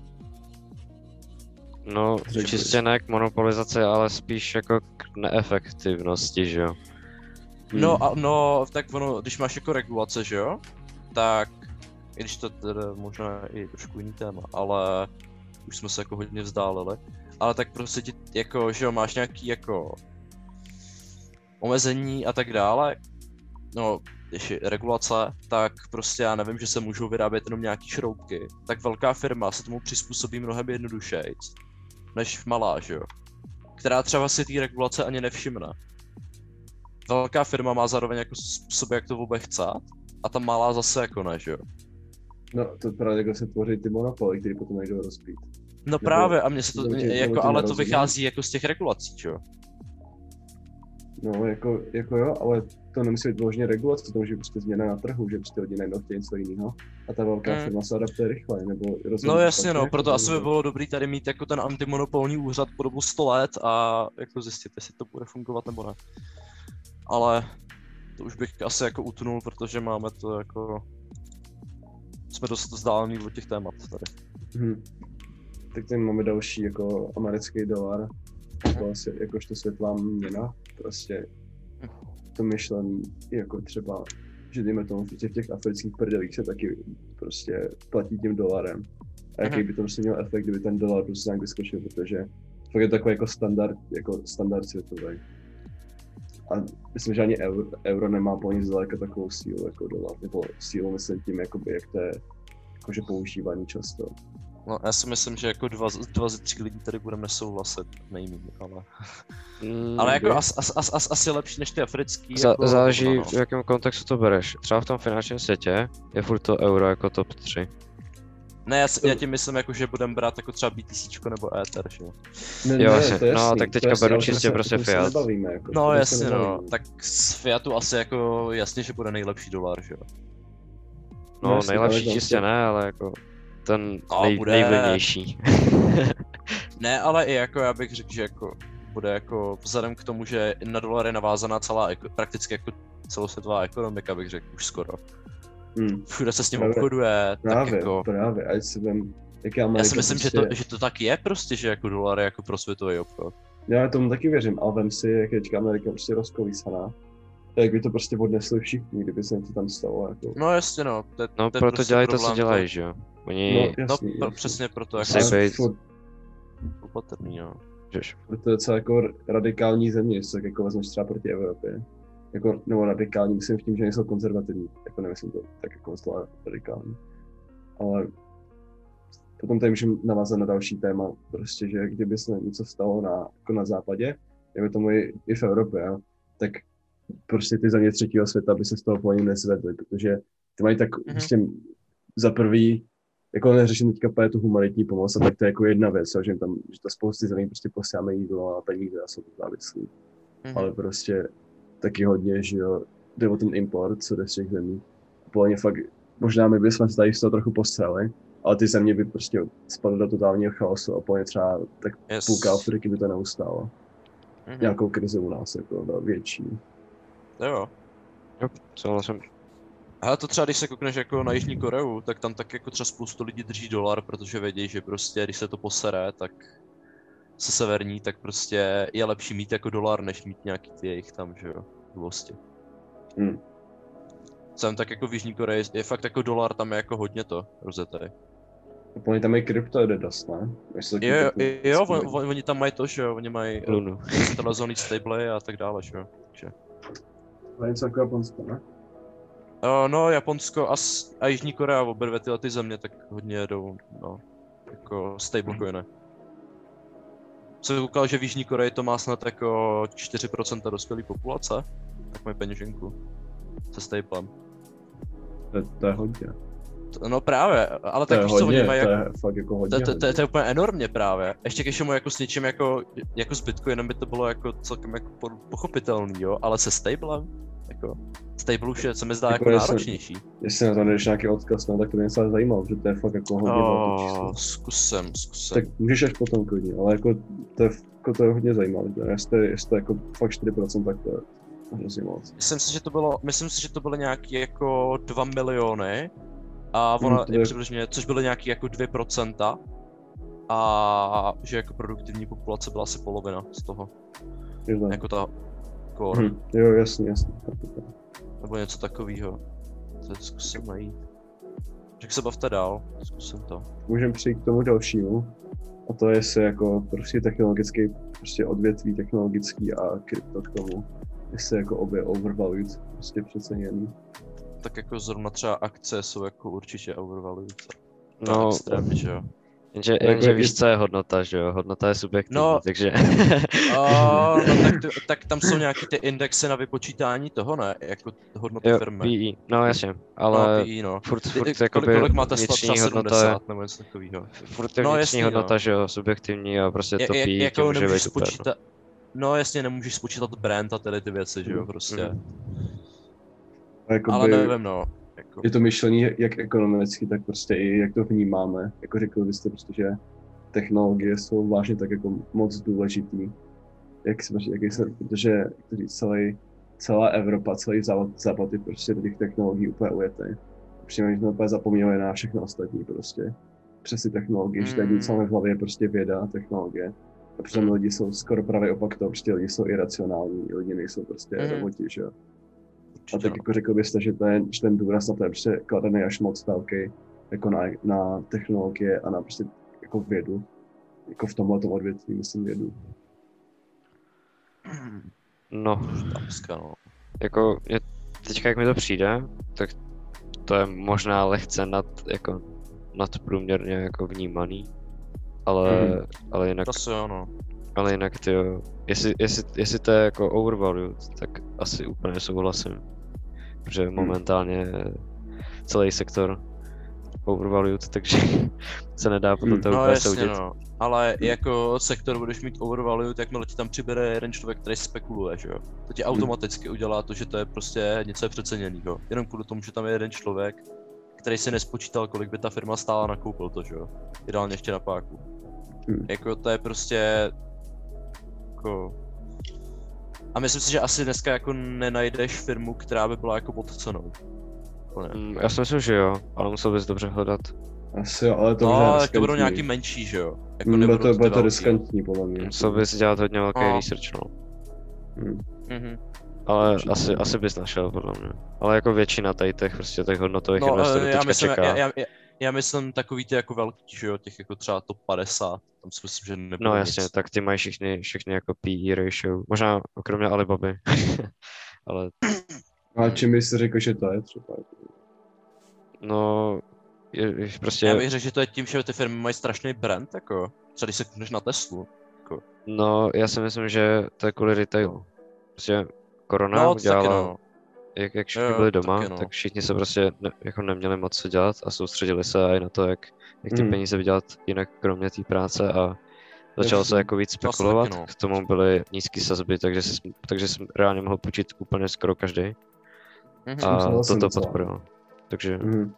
No, že čistě ne k monopolizaci, ale spíš jako k neefektivnosti, že jo. No hmm. a no, tak ono, když máš jako regulace, že jo, tak, i když to teda možná i trošku jiný téma, ale už jsme se jako hodně vzdálili, ale tak prostě ti jako, že jo, máš nějaký jako omezení a tak dále, no, ještě regulace, tak prostě já nevím, že se můžou vyrábět jenom nějaký šroubky, tak velká firma se tomu přizpůsobí mnohem jednodušejc, než malá, že jo, která třeba si té regulace ani nevšimne. Velká firma má zároveň jako způsob, jak to vůbec chcát, a ta malá zase jako ne, že jo. No, to právě jako se tvoří ty monopoly, které potom nejdou rozbít. No nebo, právě, a mně se to, tě, jako, ale to vychází jako z těch regulací, čo? No, jako, jako jo, ale to nemusí být vložně regulace, to může prostě změna na trhu, že prostě lidi najednou chtějí něco jiného a ta velká hmm. firma se adaptuje rychle, nebo no jasně no, proto asi by bylo dobrý tady mít jako ten antimonopolní úřad po dobu sto let a jako zjistit, jestli to bude fungovat nebo ne. Ale to už bych asi jako utnul, protože máme to jako... Jsme dost vzdálený od těch témat tady. Hmm. Tak tady máme další jako americký dolar, jako asi, jakožto světlá měna, prostě to myšlení jako třeba, že dejme tomu v těch afrických prdelích se taky prostě platí tím dolarem. A jaký by to prostě měl efekt, kdyby ten dolar prostě nějak vyskočil, protože fakt je to takový jako standard, jako standard světový. A myslím, že ani euro, euro nemá po nic zdaleka takovou sílu jako dolar, nebo sílu myslím tím, jakoby, jak to je jakože používaný často. No já si myslím, že jako dva, dva ze tří lidí tady budeme nesouhlasit, nejméně, ale... Mm, ale jako as, as, as, as, asi lepší než ty africký. Za, jako, záleží no, no. v jakém kontextu to bereš. Třeba v tom finančním světě je furt to euro jako top tři. Ne, já, já tím myslím, jako, že budeme brát jako třeba bé té cé nebo Ether, že jo? Ne, jo, jasný, no tak teďka beru čistě prostě Fiat. Nebavíme, jako, no jasně no, tak z Fiatu asi jako jasně, že bude nejlepší dolar, že jo? No, no jasný, nejlepší čistě ne, ale jako ten nej, bude... nejvlivnější. Ne, ale i jako já bych řekl, že jako bude jako vzhledem k tomu, že na dolar je navázaná celá, prakticky jako celosvětová ekonomika, bych řekl už skoro. Hmm. Všude se s ním právě, obchoduje, právě, tak jako... Právě, ať si vem, jak já, já si myslím, prostě... že, to, že to tak je prostě, že jako dolar je jako pro světový obchod. Já tomu taky věřím, ale vem si, jak je teďka Amerika prostě rozkolísaná, tak by to prostě odnesli všichni, kdyby se něco tam stalo, jako... No jasně no, to, no to proto prostě dělají to, co dělají, že jo? Oni... No, jasný, no jasný. Přesně proto, jako... Být... Opatrný, jo. To je docela jako radikální země, jestli tak jako vezmeš třeba proti Evropě. Jako, nebo radikální, myslím v tím, že nejsou konzervativní, jako nemyslím to tak jako slova radikální. Ale potom tady můžeme navázat na další téma, prostě, že kdyby se něco stalo na, jako na západě, jako tomu i, i v Evropě, ja, tak prostě ty země třetího světa by se z toho plně nezvedly, protože ty mají tak mm-hmm. prostě za prvý, jako neřeším teďka tu humanitní pomoc, a tak to je jako jedna věc, že tam, že to spousty zemí prostě posíláme jídlo a peníze a jsou to závislí. Mm-hmm. Ale prostě taky hodně, že jo, jde o ten import, co jde z těch zemí. Plně fakt, možná my bychom se tady z toho trochu postřeli, ale ty země by prostě spadly do totálního chaosu a plně třeba tak yes. půlka Afriky by to neustálo. Mm-hmm. Nějakou krizi u nás, jako větší. Jo. Jo, souhlasím. Ale to třeba, když se koukneš jako na Jižní Koreu, tak tam tak jako třeba spoustu lidí drží dolar, protože vědí, že prostě, když se to posere, tak se severní, tak prostě je lepší mít jako dolar, než mít nějaký ty jejich tam, že jo, dvosti. Hmm. Jsem tak jako v Jižní Koreji, je fakt jako dolar, tam je jako hodně to rozetý. Oni tam mají krypto, jde dost, ne? Jo, jo, jo on, on, oni tam mají to, že jo, oni mají centralizovaný stable a tak dále, že jo. Takže. To je něco jako Japonsko, ne? Uh, no, Japonsko a, a Jižní Korea, obě dvě tyhle ty země, tak hodně jedou, no, jako stablecoiny. Jsem koukal, že v Jižní Koreji to má snad jako čtyři procenta dospělé populace, tak mají peněženku se staplem. To, to je hodně. No právě, ale to tak víš co, oni mají to jako... je fakt jako hodně. To, to, to, to je úplně enormně právě. Ještě když mu jako s něčím jako, jako s Bitcoinem by to bylo jako celkem jako pochopitelný, jo, ale se stablem, jako stable už je, co mi zdá jako, jako náročnější. Jestli na to jdeš nějaký odkaz, no, tak to mě se zajímalo, že to je fakt jako hodně oh, velké číslo. Zkusem, zkusem. Tak můžeš až potom klidně, ale jako to je, jako to je hodně zajímavé, jestli, jestli to je jako fakt čtyři procenta, tak to je hrozně moc. Myslím si, že to bylo, myslím si, že to byly nějaký jako dva miliony. A ona hmm, je přibližně, což byly nějaký jako dvě procenta a že jako produktivní populace byla asi polovina z toho. Ježdá. Jako ta core. Hmm, jo, jasně, jasně. Nebo něco takového. To zkusím najít. Řekl se bavte dál, zkusím to. Můžeme přijít k tomu dalšímu. A to je, jestli jako prostě technologický, prostě odvětví technologický a krypto k tomu. Jestli jako obě overvalued, prostě přeceněný. Tak jako zrovna třeba akce jsou jako určitě overvalued. No, extrémně, že jo. Jenže, jenže víš, co je hodnota, že jo? Hodnota je subjektivní, no, takže... o, no tak, to, tak tam jsou nějaký ty indexy na vypočítání toho, ne? Jako hodnoty jo, firmy. P E, no jasně, ale no, P E, no. furt, furt kolik, jakoby kolik máte vnitřní třeba hodnota sedmdesát nebo něco takového. Furt je no, vnitřní jasný, hodnota, no. že jo, subjektivní a prostě je, to je, P E jako tě může být spočítat, no jasně, nemůžeš spočítat brand a tyhle ty věci, že jo, prostě. Mm. Jakoby... Ale nevím, no. Jako... Je to myšlení jak ekonomicky, tak prostě i jak to vnímáme. Jako řekl byste prostě, že technologie jsou vážně tak jako moc důležitý. Jak se, jak se, protože celý, celá Evropa, celý západ, západ je prostě do těch technologií úplně ujetý. Přijím, že jsme úplně zapomněli na všechno ostatní prostě. Přes ty technologie, mm. že tady celé v hlavě je prostě věda a technologie. A přitom mm. lidi jsou skoro právě opak toho, prostě lidi jsou iracionální, lidi nejsou prostě mm. roboti, že jo. A tak jako řekl byste, že, to je, že ten důraz na to je prostě kladený až moc velký jako na, na technologie a na prostě jako vědu. Jako v tomhletom odvětví, myslím vědu. No, Tamska, no. Jako je, teďka jak mi to přijde, tak to je možná lehce nad, jako nadprůměrně jako vnímaný, ale, mm-hmm. ale jinak... To se ono. Ale jinak tyjo, jestli, jestli, jestli to je jako overvalued, tak asi úplně souhlasím. Protože momentálně celý sektor overvalued, takže se nedá potom to no, úplně jasně, soudit. No. Ale jako sektor budeš mít overvalued, jakmile ti tam přibere jeden člověk, který spekuluje, že jo. To ti automaticky udělá to, že to je prostě něco přeceněnýho. Jenom kvůli tomu, že tam je jeden člověk, který si nespočítal, kolik by ta firma stála, nakoupil to, že jo. Ideálně ještě na páku. Hmm. Jako to je prostě... Jako... A myslím si, že asi dneska jako nenajdeš firmu, která by byla jako pod cenou. Mm, já si myslím, že jo, ale musel bys dobře hledat. Asi jo, ale to no, možná tak to budou nějaký menší, že jo? Jako mm, bude to, bude to riskantní, podle mě. Musel bys dělat hodně velký no. research, no. Mm. Mm-hmm. Ale asi, asi bys našel, podle mě. Ale jako většina tady těch prostě těch hodnotových no, investorů teďka myslím, čeká. Já, já, já myslím takový ty jako velký, že jo, těch jako třeba top padesát, tam si myslím, že nebude No jasně, nic. tak ty mají všichni, všichni jako P E ratio, možná kromě Alibaby, ale... A čím bys řekl, že to je třeba? No, je, je prostě... Já bych řekl, že to je tím, že ty firmy mají strašný brand, jako, třeba když se koukneš na Teslu, jako. No, já si myslím, že to je kvůli retailu. Prostě korona no, udělala, no. jak, jak všichni jo, byli doma, taky, no. tak všichni se prostě ne, jako neměli moc co dělat a soustředili se i na to, jak, jak ty mm. peníze vydělat jinak kromě té práce a začalo se jako víc spekulovat, taky, no. K tomu byly nízké sazby, takže jsi, takže jsi reálně mohl půjčit úplně skoro každý. Mm-hmm. A toto podporilo. Takže... Mm.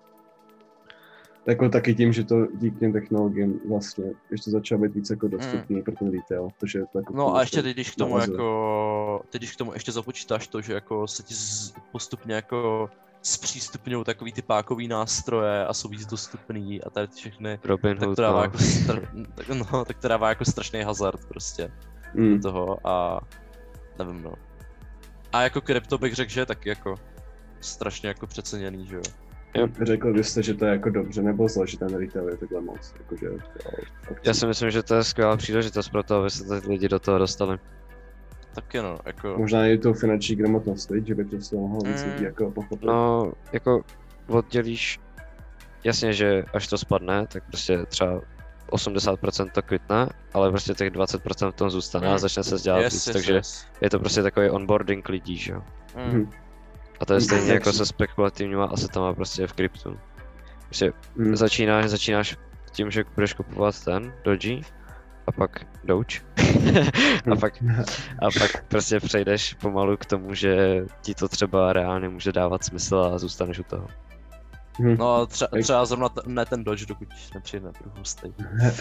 Jako taky tím, že to díky těm technologiím vlastně ještě začalo být víc jako dostupný mm. pro ten retail, protože to jako... No a ještě teď, když k tomu navazuje. jako, teď když k tomu ještě započítáš to, že jako se ti z, postupně jako zpřístupňují takový ty pákový nástroje a jsou víc dostupný a tady všechny, Robin tak Hood, to dává no. jako str, tak, no, tak to dává jako strašný hazard prostě mm. do toho a nevím no. A jako krypto bych řekl, že taky jako strašně jako přeceněný, že jo. Jo. Řekl byste, že to je jako dobře nebo zle, že ten retail je takhle moc, jakože... Já si myslím, že to je skvělá příležitost pro to, aby se ty lidi do toho dostali. Taky no, jako... Možná i tou finanční gramotnost, že by to mohlo víc lidí mm. jako pochopit. No, jako oddělíš, jasně, že až to spadne, tak prostě třeba osmdesát procent to kvitne, ale prostě těch dvacet procent v tom zůstane mm. a začne se dělat yes, víc, yes, takže yes. je to prostě takový onboarding lidí, že jo. Mm. A to je stejně jako se spekulativníma asetama prostě v kryptu. Prostě mm. začínáš, začínáš tím, že budeš kupovat ten Doji, a pak Doge. a, pak, a pak prostě přejdeš pomalu k tomu, že ti to třeba reálně může dávat smysl a zůstaneš u toho. No tře- třeba zrovna t- ne ten Doge, dokud nepřijde na druhou stejně.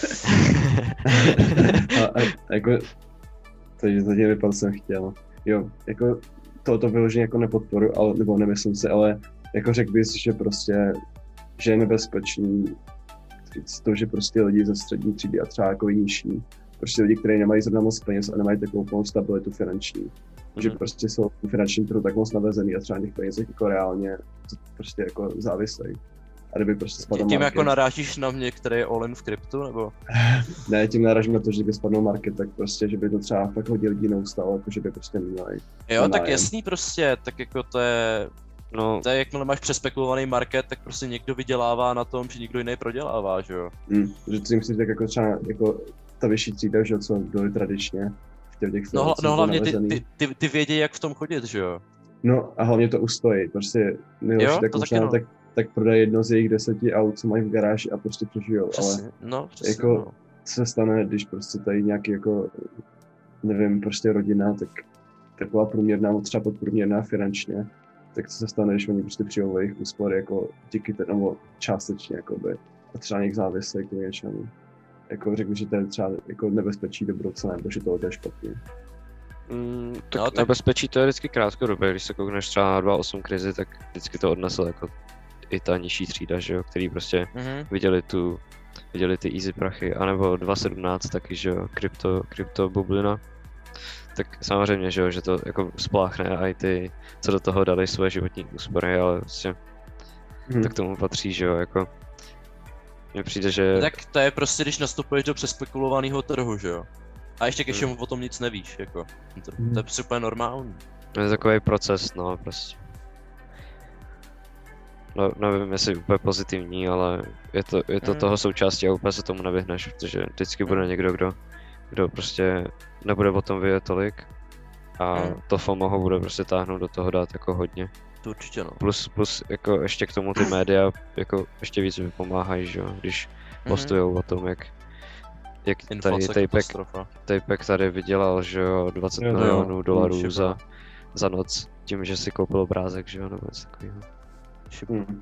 a, a, jako, takže zatím vypadl jsem chtěl. Jo, jako tohoto vyloženě jako nepodporu, ale, nebo nemyslím si, ale jako řekl bys, že prostě, že je nebezpečný říct to, že prostě lidi ze střední třídy a třeba jako nižší, prostě lidi, kteří nemají zrovna moc peněz a nemají takovou plnou stabilitu finanční, mm-hmm. že prostě jsou v finančním trhu tak moc navezený a třeba těch penězích jako reálně prostě jako závislej. A kdyby prostě spadl tím market, jako narážíš na mě, který je all in v kryptu, nebo? Ne, tím narážím na to, že by spadl market, tak prostě, že by to třeba fakt hodně lidí neustalo, jako že by prostě neměli. Jo, tak jasný prostě, tak jako to je... No, to je, jakmile máš přespekulovaný market, tak prostě někdo vydělává na tom, že někdo jiný prodělává, že jo? Hmm, že tím si tak jako třeba jako ta vyšší třída, že co byly tradičně v těch, těch No, no hlavně ty, ty, ty, ty vědí, jak v tom chodit, že jo? No a hlavně to ustojí, prostě nejlepší tak možná, no. tak, tak prodaj jedno z jejich deseti aut, co mají v garáži a prostě přežijou, přesně, ale no, přesně, jako no. co se stane, když prostě tady nějaký jako, nevím, prostě rodina, tak taková průměrná, třeba podprůměrná finančně, tak co se stane, když oni prostě přijou jejich úspory jako díky tomu částečně jakoby a třeba někdo závislí k něčemu. Jako řekl, že to je třeba jako nebezpečí do budoucna, nebo že toho to je špatně. Mm, tak no, tak nebezpečí to je vždycky krátkodobé, když se koukneš třeba na dva osm krizi, tak vždycky to odnesl jako i ta nižší třída, že jo, který prostě mm-hmm. viděli tu, viděli ty easy prachy, anebo dva sedmnáct taky, že jo, krypto, krypto bublina. Tak samozřejmě, že jo, že to jako spláchne a i ty, co do toho dali svoje životní úspory, ale prostě hmm. tak tomu patří, že jo, jako mně přijde, že... Tak to je prostě, když nastupuješ do přespekulovaného trhu, že jo, a ještě ke všemu hmm. o tom nic nevíš, jako, to, to je prostě úplně normální. To je takový proces, no, prostě. No, nevím, jestli úplně pozitivní, ale je to, je to hmm. toho součástí a úplně se tomu nevyhneš, protože vždycky bude někdo, kdo kdo prostě nebude o tom vědět tolik a hmm. to FOMO ho bude prostě táhnout do toho dát jako hodně. To určitě no. Plus, plus jako ještě k tomu ty média jako ještě víc vypomáhají, že jo, když mm-hmm. postujou o tom, jak jak tady Tapek tady vydělal, že jo, dvacet jo, milionů dolarů šipa. za za noc tím, že si koupil obrázek, že jo, nebo něco takového. Šipa. Hmm.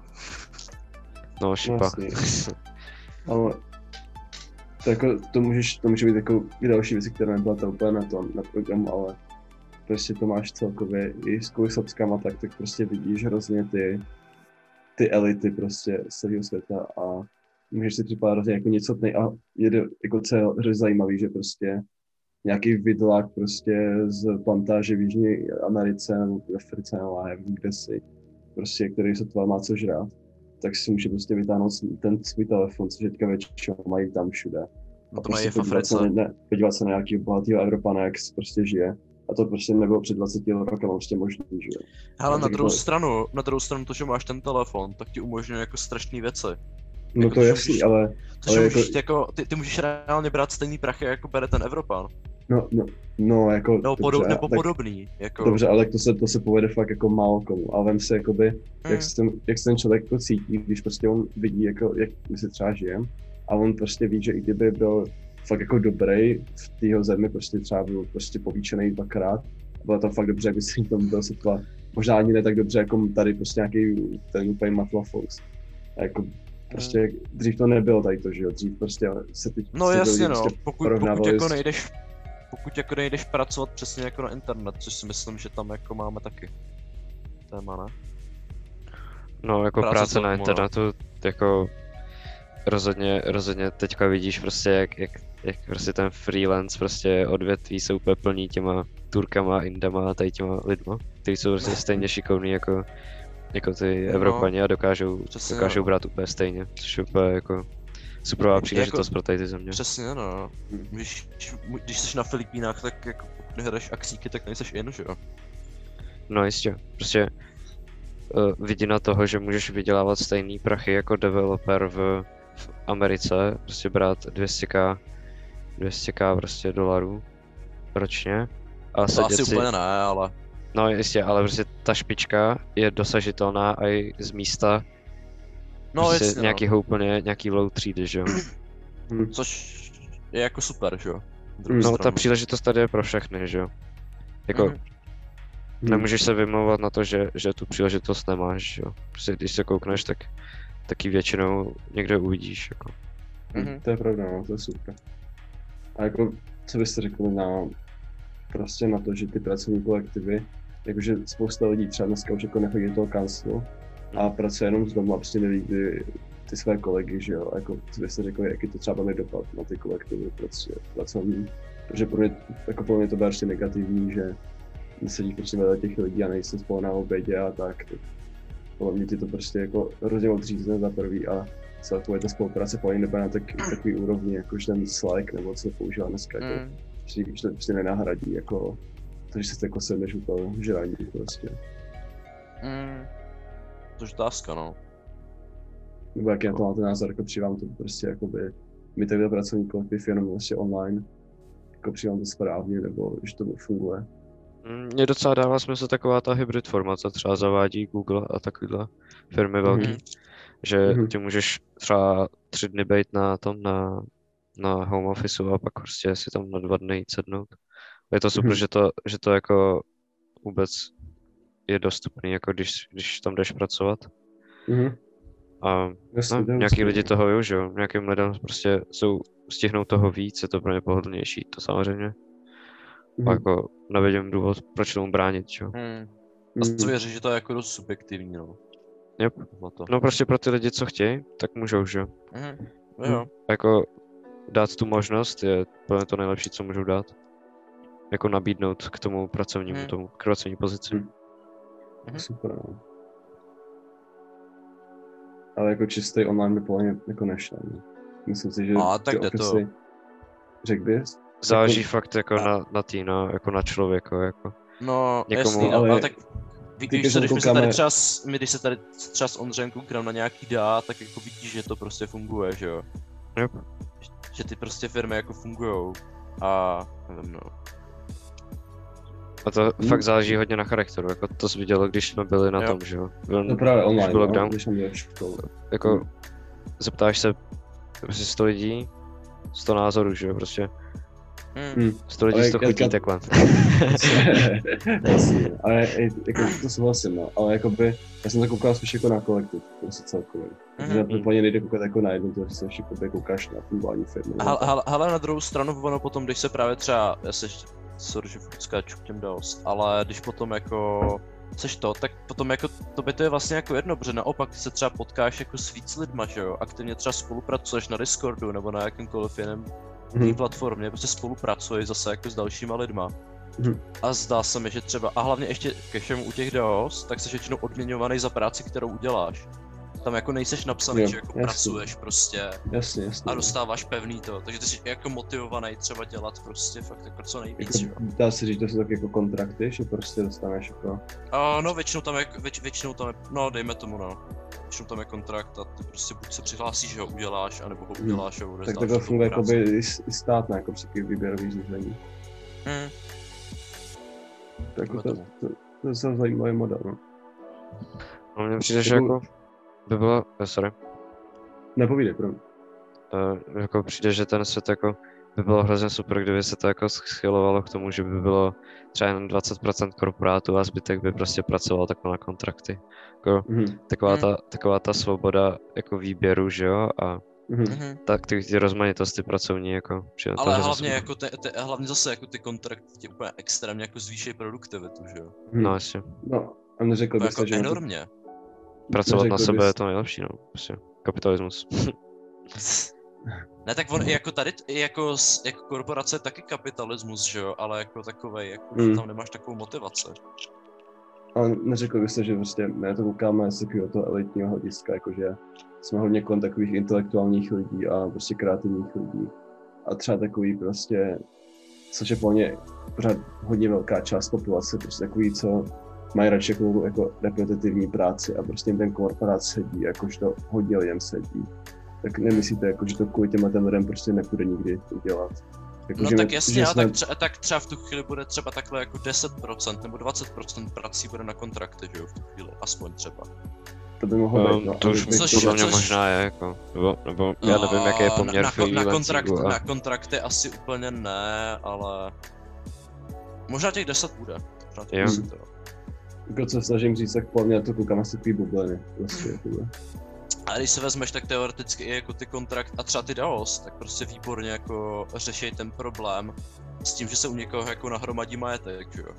No, šipa. Vlastně. Ale to, jako, to, můžeš, to může být jako i další věci, která nebyla to úplně na tom, na programu, ale prostě to máš celkově i s kousapskama, tak, tak prostě vidíš hrozně ty, ty elity prostě z celého světa a můžeš si připadat hrozně jako nicotnej a je jako cel, hrozně zajímavý, že prostě nějaký vidlák prostě z plantáže v Jižní Americe nebo v Africe nebo nevím kde si, prostě, který se tvá má co žrát, tak si může prostě vytáhnout ten svůj telefon, což teďka většinou mají tam všude. A to prostě mají v Africe. Podívat se na nějaký bohatýho Evropana, jak prostě žije. A to prostě nebylo před dvaceti roky prostě možný, že jo. Ale na druhou to... stranu, na druhou stranu to, že máš ten telefon, tak ti umožňuje jako strašný věci. No jako to je jasný, ale... To, ale jako... jako ty, ty můžeš reálně brát stejný prachy, jako bere ten Evropan. No, no, no jako... Nebo, podob, dobře, nebo tak, podobný, jako... Dobře, ale to se, to se povede fakt jako málo komu. A vem si jakoby, hmm. jak, se ten, jak se ten člověk jako cítí, když prostě on vidí, jako, jak my si třeba žijem. A on prostě ví, že i kdyby byl fakt jako dobrý v tého zemi, prostě třeba byl prostě povýčený dvakrát. Bylo to fakt dobře, jak by si tam byl sotva. Možná ani ne tak dobře, jako tady prostě nějaký ten úplně Matlafous. Jako prostě hmm. dřív to nebylo tady to, že jo, dřív prostě se teď... No jasně no, prostě pokud, pokud jako nejdeš, pokud jako nejdeš pracovat přesně jako na internet, což si myslím, že tam jako máme taky téma, ne? No jako práce, práce na internetu, no. Jako rozhodně, rozhodně teďka vidíš prostě jak, jak, jak prostě ten freelance prostě odvětví jsou úplně plný těma Turkama, Indama a tady těma lidma, kteří jsou prostě stejně šikovní jako jako ty Evropani no, a dokážou, přesně, dokážou no. brát úplně stejně, což je úplně jako superová příležitost jako, pro tady ty země. Přesně no, když, když jsi na Filipínách, tak jako pokud nehráš akcíky, tak nejseš in, že jo? No jistě, prostě uh, vidina toho, že můžeš vydělávat stejný prachy jako developer v, v Americe, prostě brát dvě stě tisíc prostě dolarů ročně a to asi si... úplně ne, ale... No jistě, ale prostě ta špička je dosažitelná i z místa no, prostě jasně, nějakýho no. úplně, nějaký low třídy, že jo? Což je jako super, že jo? No stranu. Ta příležitost tady je pro všechny, že jo? Jako mm. nemůžeš se vymlouvat na to, že, že tu příležitost nemáš, že jo? Prostě když se koukneš, tak taky většinou někde uvidíš, jako. Mm. To je pravda, no, to je super. A jako, co byste řekli na prostě na to, že ty pracovní kolektivy, jakože spousta lidí třeba dneska už jako nechodí do toho kanclu a pracuje jenom z domu a prostě neví ty, ty své kolegy, že jo, jako co byste řekli, jaký to třeba má dopad na ty kolektivy prostě pracovní, protože pro mě, jako pro mě to bylo ještě negativní, že sedí prostě vedle těch lidí a nejsem spolu na obědě a tak, tak podle mě ty to prostě jako hrozně odřízne za prvý a celkově ta spolupráce po nebude na tak, takový úrovni, jakož ten Slack nebo co používá dneska, mm. jako, že to prostě nenahradí, jako to, že se jako sedneš u toho žrání prostě. Mm. To je otázka, no. Nebo jaký na to máte názor, jako přijde vám to prostě jakoby, my takhle pracovní kolektiv jenom vlastně online, jako přijde vám to správně, nebo že to funguje? Mně docela dává smysl taková ta hybrid forma, co třeba zavádí Google a takovýhle firmy velký, mm-hmm. že mm-hmm. ty můžeš třeba tři dny být na tom, na, na home officeu a pak prostě si tam na dva dny jít sednout. Je to super, mm-hmm. že to, že to jako vůbec je dostupný, jako když, když tam jdeš pracovat. Mm-hmm. A no, nějaký lidi toho využijou, nějakým lidem prostě jsou, stihnou toho víc, je to pro ně pohodlnější, to samozřejmě. Mm. A jako nevidím důvod, proč tomu bránit, čo? Hmm. A co věří, že to je jako dost subjektivní, no. Yep. No prostě pro ty lidi, co chtějí, tak můžou, že jo. Mm. Jo. Jako dát tu možnost je plně to nejlepší, co můžou dát. Jako nabídnout k tomu pracovnímu, mm. tomu k pracovní pozici. Mm. Mm. Super, no. Ale jako čistý online by plně jako nešel, ne? Myslím si, že a, tak jde to. Řekl bys? Záleží jako... fakt jako a... na, na tý, no, jako na člověku, jako. No, někomu... jasný, no, ale... ale tak ví, když, se, když, koukáme... se tady třeba, my, když se tady třeba s Ondřejem koukám na nějaký dá, tak jako vidíš, že to prostě funguje, že jo? Yep. Že ty prostě firmy jako fungujou a nevím, no. A to hmm. fakt záleží hodně na charakteru, jako to jsi viděl, když jsme byli na jo. tom, že jo? No právě online, no, když jsem byl v škole. Jako, hmm. zeptáš se prostě sto lidí, sto názorů, že jo, prostě. Hmm. sto lidí, sto chutí takhle. Jasně, ale jako, to souhlasím, no, ale jakoby, já jsem to koukal spíš jako na kolektiv, prostě celkově. Takže mm-hmm. úplně nejde koukat jako na jednu, to se ještě koukáš na fungování firmy. Ale na druhou stranu, ono potom, když se právě třeba, já se ještě, sorry, že furt skáču k těm dost, ale když potom jako seš to, tak potom jako to by to je vlastně jako jedno, protože naopak se třeba potkáš jako s víc lidma, že jo, aktivně třeba spolupracuješ na Discordu nebo na jakýmkoliv jiném mm-hmm. platformě, prostě spolupracuješ zase jako s dalšíma lidma. Mm-hmm. A zdá se mi, že třeba, a hlavně ještě ke všemu u těch D O S, tak jsi většinou odměňovaný za práci, kterou uděláš. Tam jako nejseš napsaný, jo, že jako jasný. Pracuješ prostě jasně, jasně, a dostáváš pevný to, takže ty jsi jako motivovaný třeba dělat prostě fakt jako co nejvíc, jako, jo. Dá se říct, to jsou tak jako kontrakty, že prostě dostaneš jako... A no většinou tam je, věč, většinou tam je, no dejme tomu no, většinou tam je kontrakt a ty prostě buď se přihlásíš, že ho uděláš, anebo ho uděláš a budeš. Tak takhle funguje jakoby i stát na jako při výběrový řízení. Hmm. Tak to, to, to, to je zajímavý model, no. No mně přijde, že jako by bylo, oh, sorry. Nepovídej, pro mě. Uh, jako přijde, že ten svět jako by bylo hrozně super, kdyby se to jako schylovalo k tomu, že by bylo třeba jen dvacet procent korporátů a zbytek by prostě pracoval takhle na kontrakty. Jako mm-hmm. taková, ta, taková ta svoboda jako výběru, že jo, a mm-hmm. tak ty, ty rozmanitosti pracovní jako. Ale hlavně jako te, te, hlavně zase jako ty kontrakty tě úplně extrémně jako zvýší produktivitu, že jo. Mm. No asi. No, a neřekl bych jako se, že enormně. Pracovat na sebe bys... je to nejlepší, no, prostě. Kapitalismus. Ne, tak on i jako tady, i jako, jako korporace je taky kapitalismus, že jo, ale jako takovej, jako, mm. že tam nemáš takovou motivaci. Ale neřekl bych se, že prostě my na to koukáme z takového toho elitního hlediska, jakože jsme hodně kolem takových intelektuálních lidí a prostě kreativních lidí. A třeba takový prostě, což je plně pořád hodně velká část populace, prostě takový, co mají radši jako, jako repetitivní práci a prostě jim ten korporát sedí, jakož to hodně lidem sedí. Tak nemyslíte, jako, že to kvůli těmhle ten lidem prostě nepůjde nikdy udělat? Jako, no že tak my, jasně, jsme... tak, tře- tak třeba v tu chvíli bude třeba takhle jako deset procent nebo dvacet procent prací bude na kontrakty, že jo, v tu chvíli, aspoň třeba. To by mohlo um, být, no. To už což, podle mě což, možná je, jako, nebo, nebo já nevím, jaký je poměr na, na, na, kontrakt, a... na kontrakty asi úplně ne, ale možná těch deset bude. Jo. Jako co snažím říct, tak po mně to koukám asi takový bubliny, prostě, a když se vezmeš, tak teoreticky i jako ty kontrakt a třeba ty D A O S, tak prostě výborně jako řeší ten problém s tím, že se u někoho jako nahromadí majetek, že jo?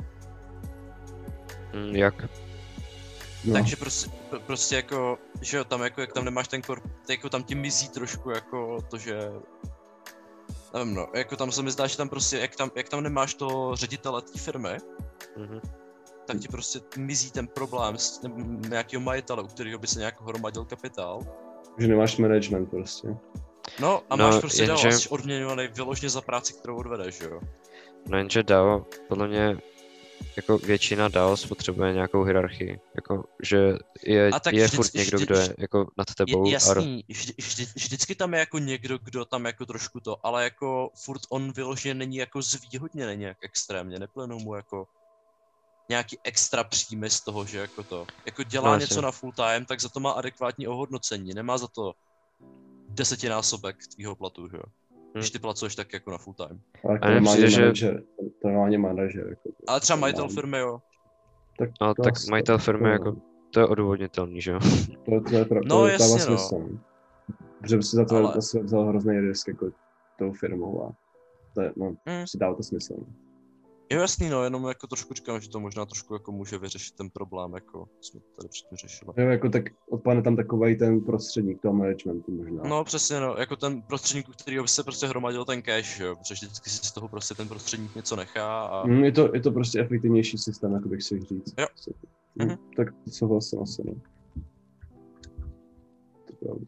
Mm, jak? No. Takže prostě, prostě jako, že jo, tam jako, jak tam nemáš ten korp, jako tam ti mizí trošku jako to, že... Nevím no, jako tam se mi zdá, že tam prostě, jak tam, jak tam nemáš toho ředitele té firmy, mm-hmm. tak ti prostě mizí ten problém s nějakého majitele, u kterého by se nějak hromadil kapitál. Že nemáš management prostě. No a no, máš prostě jenže... D A O, jsi odměňovaný vyloženě za práci, kterou odvedeš, jo? No jenže D A O, podle mě, jako většina D A O potřebuje nějakou hierarchii, jako, že je, je vždy, furt někdo, vždy, kdo je jako nad tebou. Je, jasný, a... vždy, vždy, vždycky tam je jako někdo, kdo tam jako trošku to, ale jako furt on vyloženě není jako zvýhodněný nějak extrémně, neplynou mu jako nějaký extra příjmy z toho, že jako to, jako dělá no, něco na full time, tak za to má adekvátní ohodnocení, nemá za to desetinásobek tvýho platu, že jo. Hmm. Když ty pracuješ tak jako na full time. Ale to normálně manažer, to normálně manažer, jako. Ale třeba majitel firmy, jo. Tak, no, tak majitel firmy, to, jako, to je odůvodnitelný, že jo. To, to je pravda, no, to jasně, dává no. smysl. Protože si za to ale... asi vzal hrozný risk, jako tou firmou a to je, no, hmm. si dává to smysl. Jo, jasný, no, jenom jako trošku říkám, že to možná trošku jako může vyřešit ten problém, jako jsme tady předtím řešili. Jo, jako tak odpadne tam takovej ten prostředník toho managementu možná. No přesně, no, jako ten prostředník, u kterého by se prostě hromadil ten cash, jo, protože vždycky si z toho prostě ten prostředník něco nechá a... Mm, je, to, je to prostě efektivnější systém, jako bych si říct. Jo. Mm, mm-hmm. Tak co vlastně asi, no. To je pravda.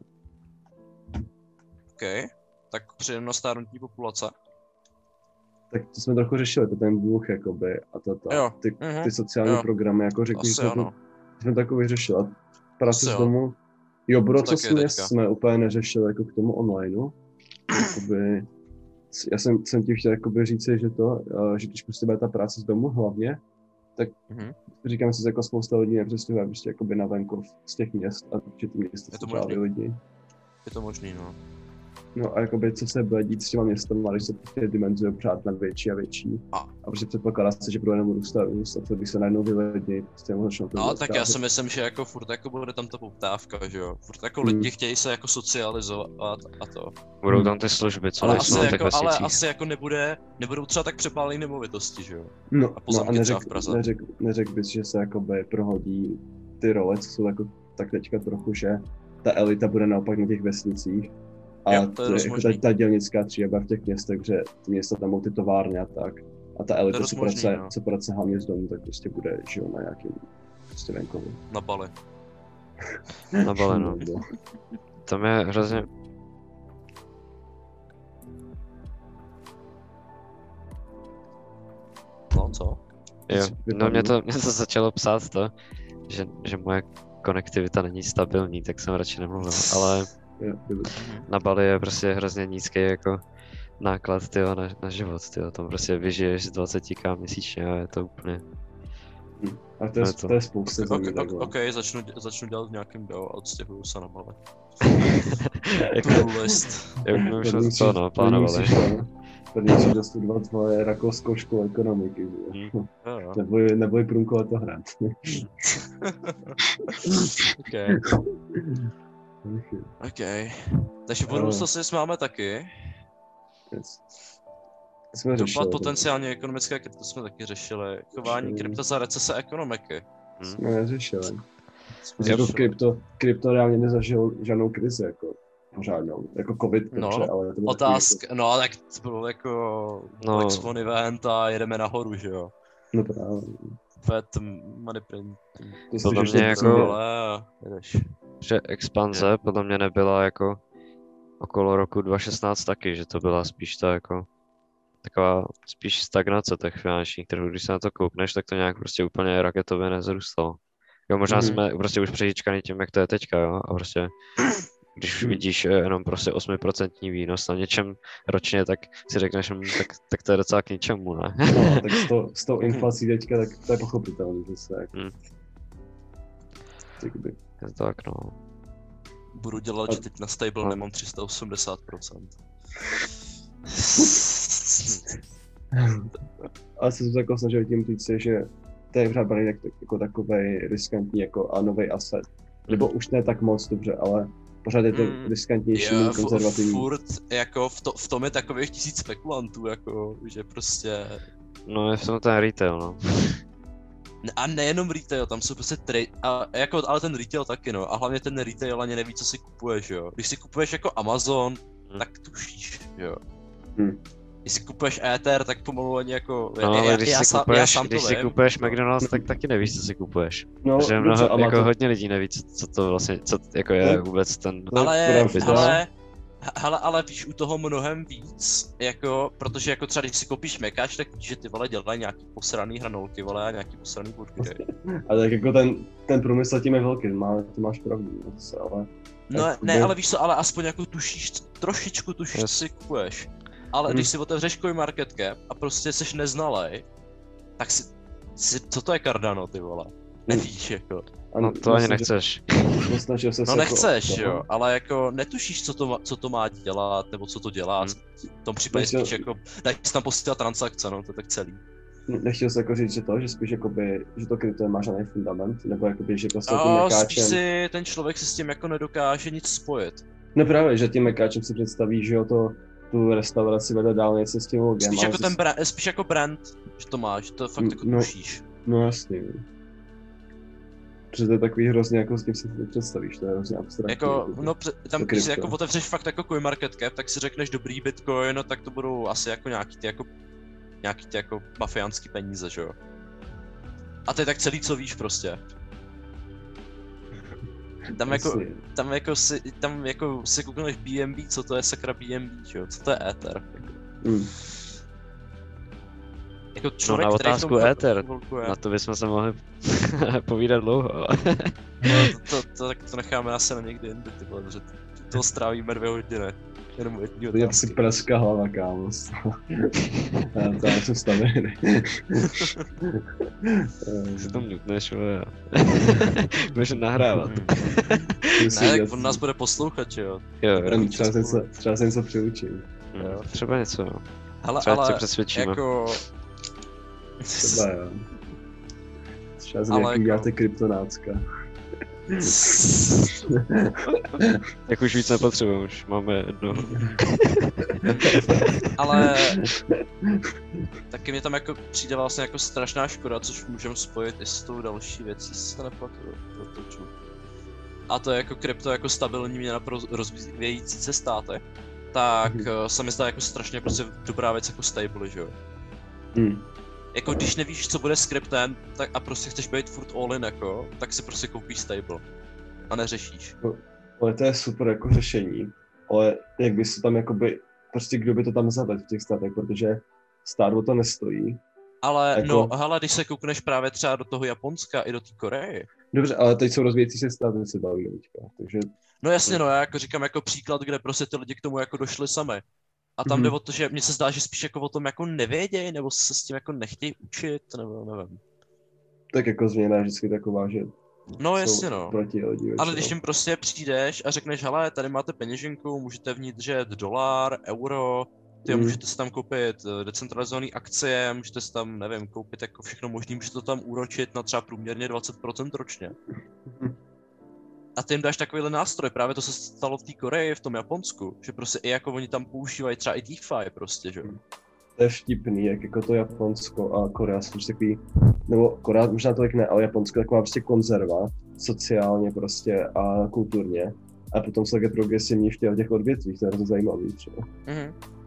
OK, tak přejdeme na stárnutí populace. Tak to jsme trochu řešili, to ten dluh, jakoby, a to, to, jo. ty, mm-hmm. ty sociální jo. programy, jako řekli, že jsme, to, jsme to vyřešili. A práce z domu, jo, budoucnosti jsme úplně neřešili jako k tomu onlineu. Jakoby, já jsem, jsem ti chtěl jakoby říct, že to, že když prostě bude ta práce z domu hlavně, tak mm-hmm. říkám si, že jako spousta lidí nepřestěhuje prostě jakoby na venkov z těch měst a že ty města jsou právě lidi. Je to možný, no. No a jakoby, co se bude dít s těma městama, když se prostě dimenzuje pořád na větší a větší. A, a prostě předpokládá se, že budeme růst a růst a to by se najednou vylednit, prostě začnou to. No tak já si myslím, že jako furt jako bude tam ta poptávka, že jo. Furt jako hmm. lidi chtějí se jako socializovat a to. Budou tam ty služby, co ale asi, jako, ale asi jako nebude, nebudou třeba tak přepálený nemovitosti, že jo. No a pozemky no a třeba v Praze. Neřek, neřek bys, že se jakoby prohodí ty role, co jsou jako tak teďka trochu, že ta elita bude naopak na těch vesnicích. A jo, to je jako ta, ta dělnická tříba v těch městech, že ty města tam budou ty továrny a tak. A ta elita, co pracuje, no. co pracuje hlavně z domu, tak prostě bude, že jo, na nějakým prostě venkovu. Na Bali. Na Bali, no. Tam je hrozně... No, co? Jo, no mě to, mě to začalo psát to, že, že moje konektivita není stabilní, tak jsem radši nemluvil, ale... Na Bali je prostě hrozně nízký jako náklad tyjo, na, na život, tyjo. Tam prostě vyžiješ z dvacet tisíc měsíčně a je to úplně... Hmm. A to je, to... to je spousta okay, okay, okay, ok, začnu, začnu dělat v nějakém D A O a odstěhuju se na Bali. To list. Jak my už jsme to no, plánovali. První si dostudovat tvoje rakouskou školu ekonomiky, mm. neboj, neboj průmkovat to hrát. Okay. OK. Takže budoucnosti máme taky. Yes. Jsme Dopad potenciálně ekonomické krypto jsme taky řešili. Chování jsme... krypto za recese ekonomiky. Hm? Jsme řešili. Jako krypto, krypto reálně nezažil žádnou krizi, jako pořádnou. Jako covid, no, dobře, ale to bylo otázka, jako... no tak to bylo jako no. Black Swan event a jedeme nahoru, že jo? No právě. Fed money print. Podle mě jako, že expanze je. Podle mě nebyla jako okolo roku dva tisíce šestnáct taky, že to byla spíš ta jako taková spíš stagnace těch finančních trhů. Když se na to koukneš, tak to nějak prostě úplně raketově nezrůstalo. Jo, možná mm-hmm. jsme prostě už přežičkaný tím, jak to je teďka, jo, a prostě když mm. vidíš jenom prostě osm procent výnos na něčem ročně, tak si řekneš, tak, tak to je docela k ničemu, ne? No, tak s, to, s tou inflací teďka, tak to je pochopitelné, že se jako... Mm. Je to tak, no. Budu dělat, a... že teď na stable no. nemám tři sta osmdesát procent. Ale se to jako snažil tím říct, že to je pořád braný tak, jako takovej riskantní jako a novej asset. Nebo už ne tak moc dobře, ale pořád je to mm, riskantnější, jo, konzervativní. Furt jako v, to, v tom je takových tisíc spekulantů, jako, že prostě... No je v tom ten retail, no. A nejenom retail, tam jsou prostě trade, a jako, ale ten retail taky, no. A hlavně ten retail ani neví, co si kupuješ, jo. Když si kupuješ jako Amazon, hmm. tak tušíš, jo. Hmm. Když si kupuješ Ether, tak pomalu ani jako... No, ale já, když, já, si, já, kupuješ, já sám když to si vím. kupuješ McDonald's, tak taky nevíš, co si kupuješ. No, protože mnoho, dobře, jako to... hodně lidí neví, co, co to vlastně, co jako je vůbec ten... Ale, ale, hele, ale víš u toho mnohem víc, jako, protože jako třeba když si koupíš Mekáč, tak víš, že ty vole dělají nějaký posraný hranolky, vole, a nějaký posraný burgery. Ale tak jako ten, ten průmysl tím je velký, má, ty máš pravdu, ale... No ne, ale víš co, ale aspoň jako tušíš, trošičku tušíš, yes. co si kupuješ. Ale hmm. když si otevřeš CoinMarketCap a prostě jsi neznalej, tak si, si co to je Cardano, ty vole? Nevíš, jako. No to ani nechceš. No nechceš, jo, ale jako netušíš, co to, má, co to má dělat, nebo co to dělá, hmm. v tom případě spíš jako, daj si tam posílat transakce, no, to je tak celý. Nechtěl jsi jako říct, že to, že spíš jakoby, že to krypto má žádný fundament, nebo jakoby, že prostě tím mekáčem... spíš si ten člověk si s tím jako nedokáže nic spojit. No právě, že tím mekáčem si představí, že jo, to tu restauraci vede dál něco s tím logem. Spíš jako, ten brand, spíš jako brand, že to máš, že to fakt jako no, tušíš. No jasně. Protože to je takový hrozně, jako s tím si to představíš, to je hrozně abstraktní. Jako, no tam když si jako otevřeš fakt jako CoinMarketCap, tak si řekneš dobrý Bitcoin, no tak to budou asi jako nějaký ty jako, nějaký ty jako mafiánský peníze, že jo. A to je tak celý, co víš prostě. Tam jako, tam jako si, tam jako si koukneš B N B, co to je sakra B N B, jo, co to je Ether, jako. Mm. Jako člověk, no na otázku Ether, na to bychom se mohli povídat dlouho. No to, to, to, tak to necháme asi na někdy jindy, ty vole, že to strávíme dvě hodiny. Jenom jední otázky. Já si praska hlava, kámo. Já to já jsem stavěný. Si to mutneš, vole. Budeš nahrávat. Ne, tak on nás bude poslouchat, že jo? Jo, třeba se něco, třeba se něco přiučím. Jo, třeba něco, jo. Hele, třeba ale tě přesvědčíme. Jako... Třeba jo. Třeba z nějaký děláte kryptonácka. Jak už víc nepotřebuji, už máme jedno. Ale taky mě tam jako přijde vlastně jako strašná škoda, což můžeme spojit i s tou další věcí, jestli se nepamatuju. A to je jako krypto jako stabilní měna pro rozvíjející se státy. Tak mm. se mi zdá jako strašně prostě dobrá věc jako stable, že jo. Mm. Jako když nevíš, co bude s kryptem, tak a prostě chceš být furt all in jako, tak si prostě koupíš stable. A neřešíš. No, ale to je super jako řešení, ale jak by se tam jakoby, prostě kdo by to tam zavedl v těch státech, protože stát o to nestojí. Ale jako... no, hele, když se koukneš právě třeba do toho Japonska i do té Koreje. Dobře, ale teď jsou rozvíjející se státy, se baví teďka, takže... No jasně, no, já jako říkám jako příklad, kde prostě ty lidi k tomu jako došli sami. A tam mm-hmm. jde o to, že mně se zdá, že spíš jako o tom jako nevědějí, nebo se s tím jako nechtějí učit, nebo nevím. Tak jako změna je vždycky taková, že... No jasně no, lidi, ale když jim prostě přijdeš a řekneš, hele, tady máte peněženku, můžete v ní držet dolar, euro, ty mm. můžete si tam koupit decentralizované akcie, můžete si tam, nevím, koupit jako všechno možné, můžete to tam úročit na třeba průměrně dvacet procent ročně. Mm. A ty jim dáš takovýhle nástroj, právě to se stalo v té Koreji, v tom Japonsku, že prostě i jako oni tam používají třeba i DeFi prostě, že? To je vtipný, jak jako to Japonsko a Korea jsou prostě takový, nebo Korea možná tolik ne, ale Japonsko taková prostě konzerva, sociálně prostě a kulturně. A potom jsou také progresivní v těch odvětvích, to je to zajímavé třeba. Mm-hmm.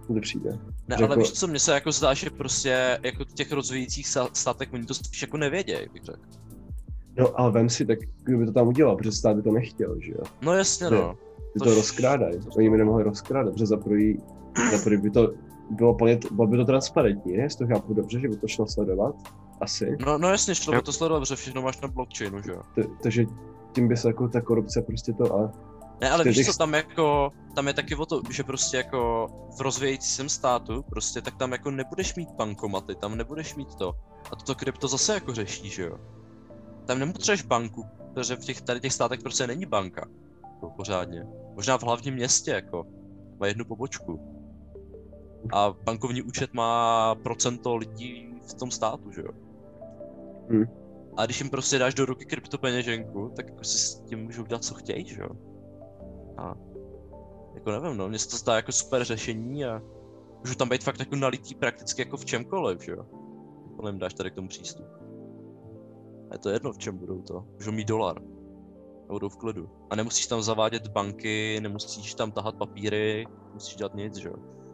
to přijde. Ne, ale jako... víš co, mně se jako zdá, že prostě jako těch rozvíjících státech oni to spíš jako nevědějí, bych řekl. No ale vem si, tak kdo by to tam udělal, protože stát by to nechtěl, že jo? No jasně, no. Ty to, to rozkrádají, oni by nemohli rozkrádat, protože za prvý, za prvý by to bylo plně, bylo by to transparentní, ne? Jestli to chápu dobře, že by to šlo sledovat? Asi. No, no jasně, šlo by to sledovat, protože všechno máš na blockchainu, že jo? Takže tím by se jako ta korupce prostě to, ale... Ne, ale víš co, tam jako, tam je taky o to, že prostě jako v rozvíjejícím státu, prostě tak tam jako nebudeš mít bankomaty, tam nebudeš mít to. A toto krypto zase jako řeší, že jo? Tam nepotřebuješ banku, protože v těch, tady těch státech prostě není banka. No, pořádně. Možná v hlavním městě jako, má jednu pobočku. A bankovní účet má procento lidí v tom státu, že jo? Hmm. A když jim prostě dáš do ruky kryptopeněženku, tak jako si s tím můžou dělat co chtějí, že jo? A jako nevím, no, mně se to zdá jako super řešení a můžu tam být fakt jako nalitý prakticky jako v čemkoliv, že jo? Když jim dáš tady k tomu přístup. A je to jedno, v čem budou to. Můžou mít dolar. A budou v klidu. A nemusíš tam zavádět banky, nemusíš tam tahat papíry, nemusíš dělat nic, že jo?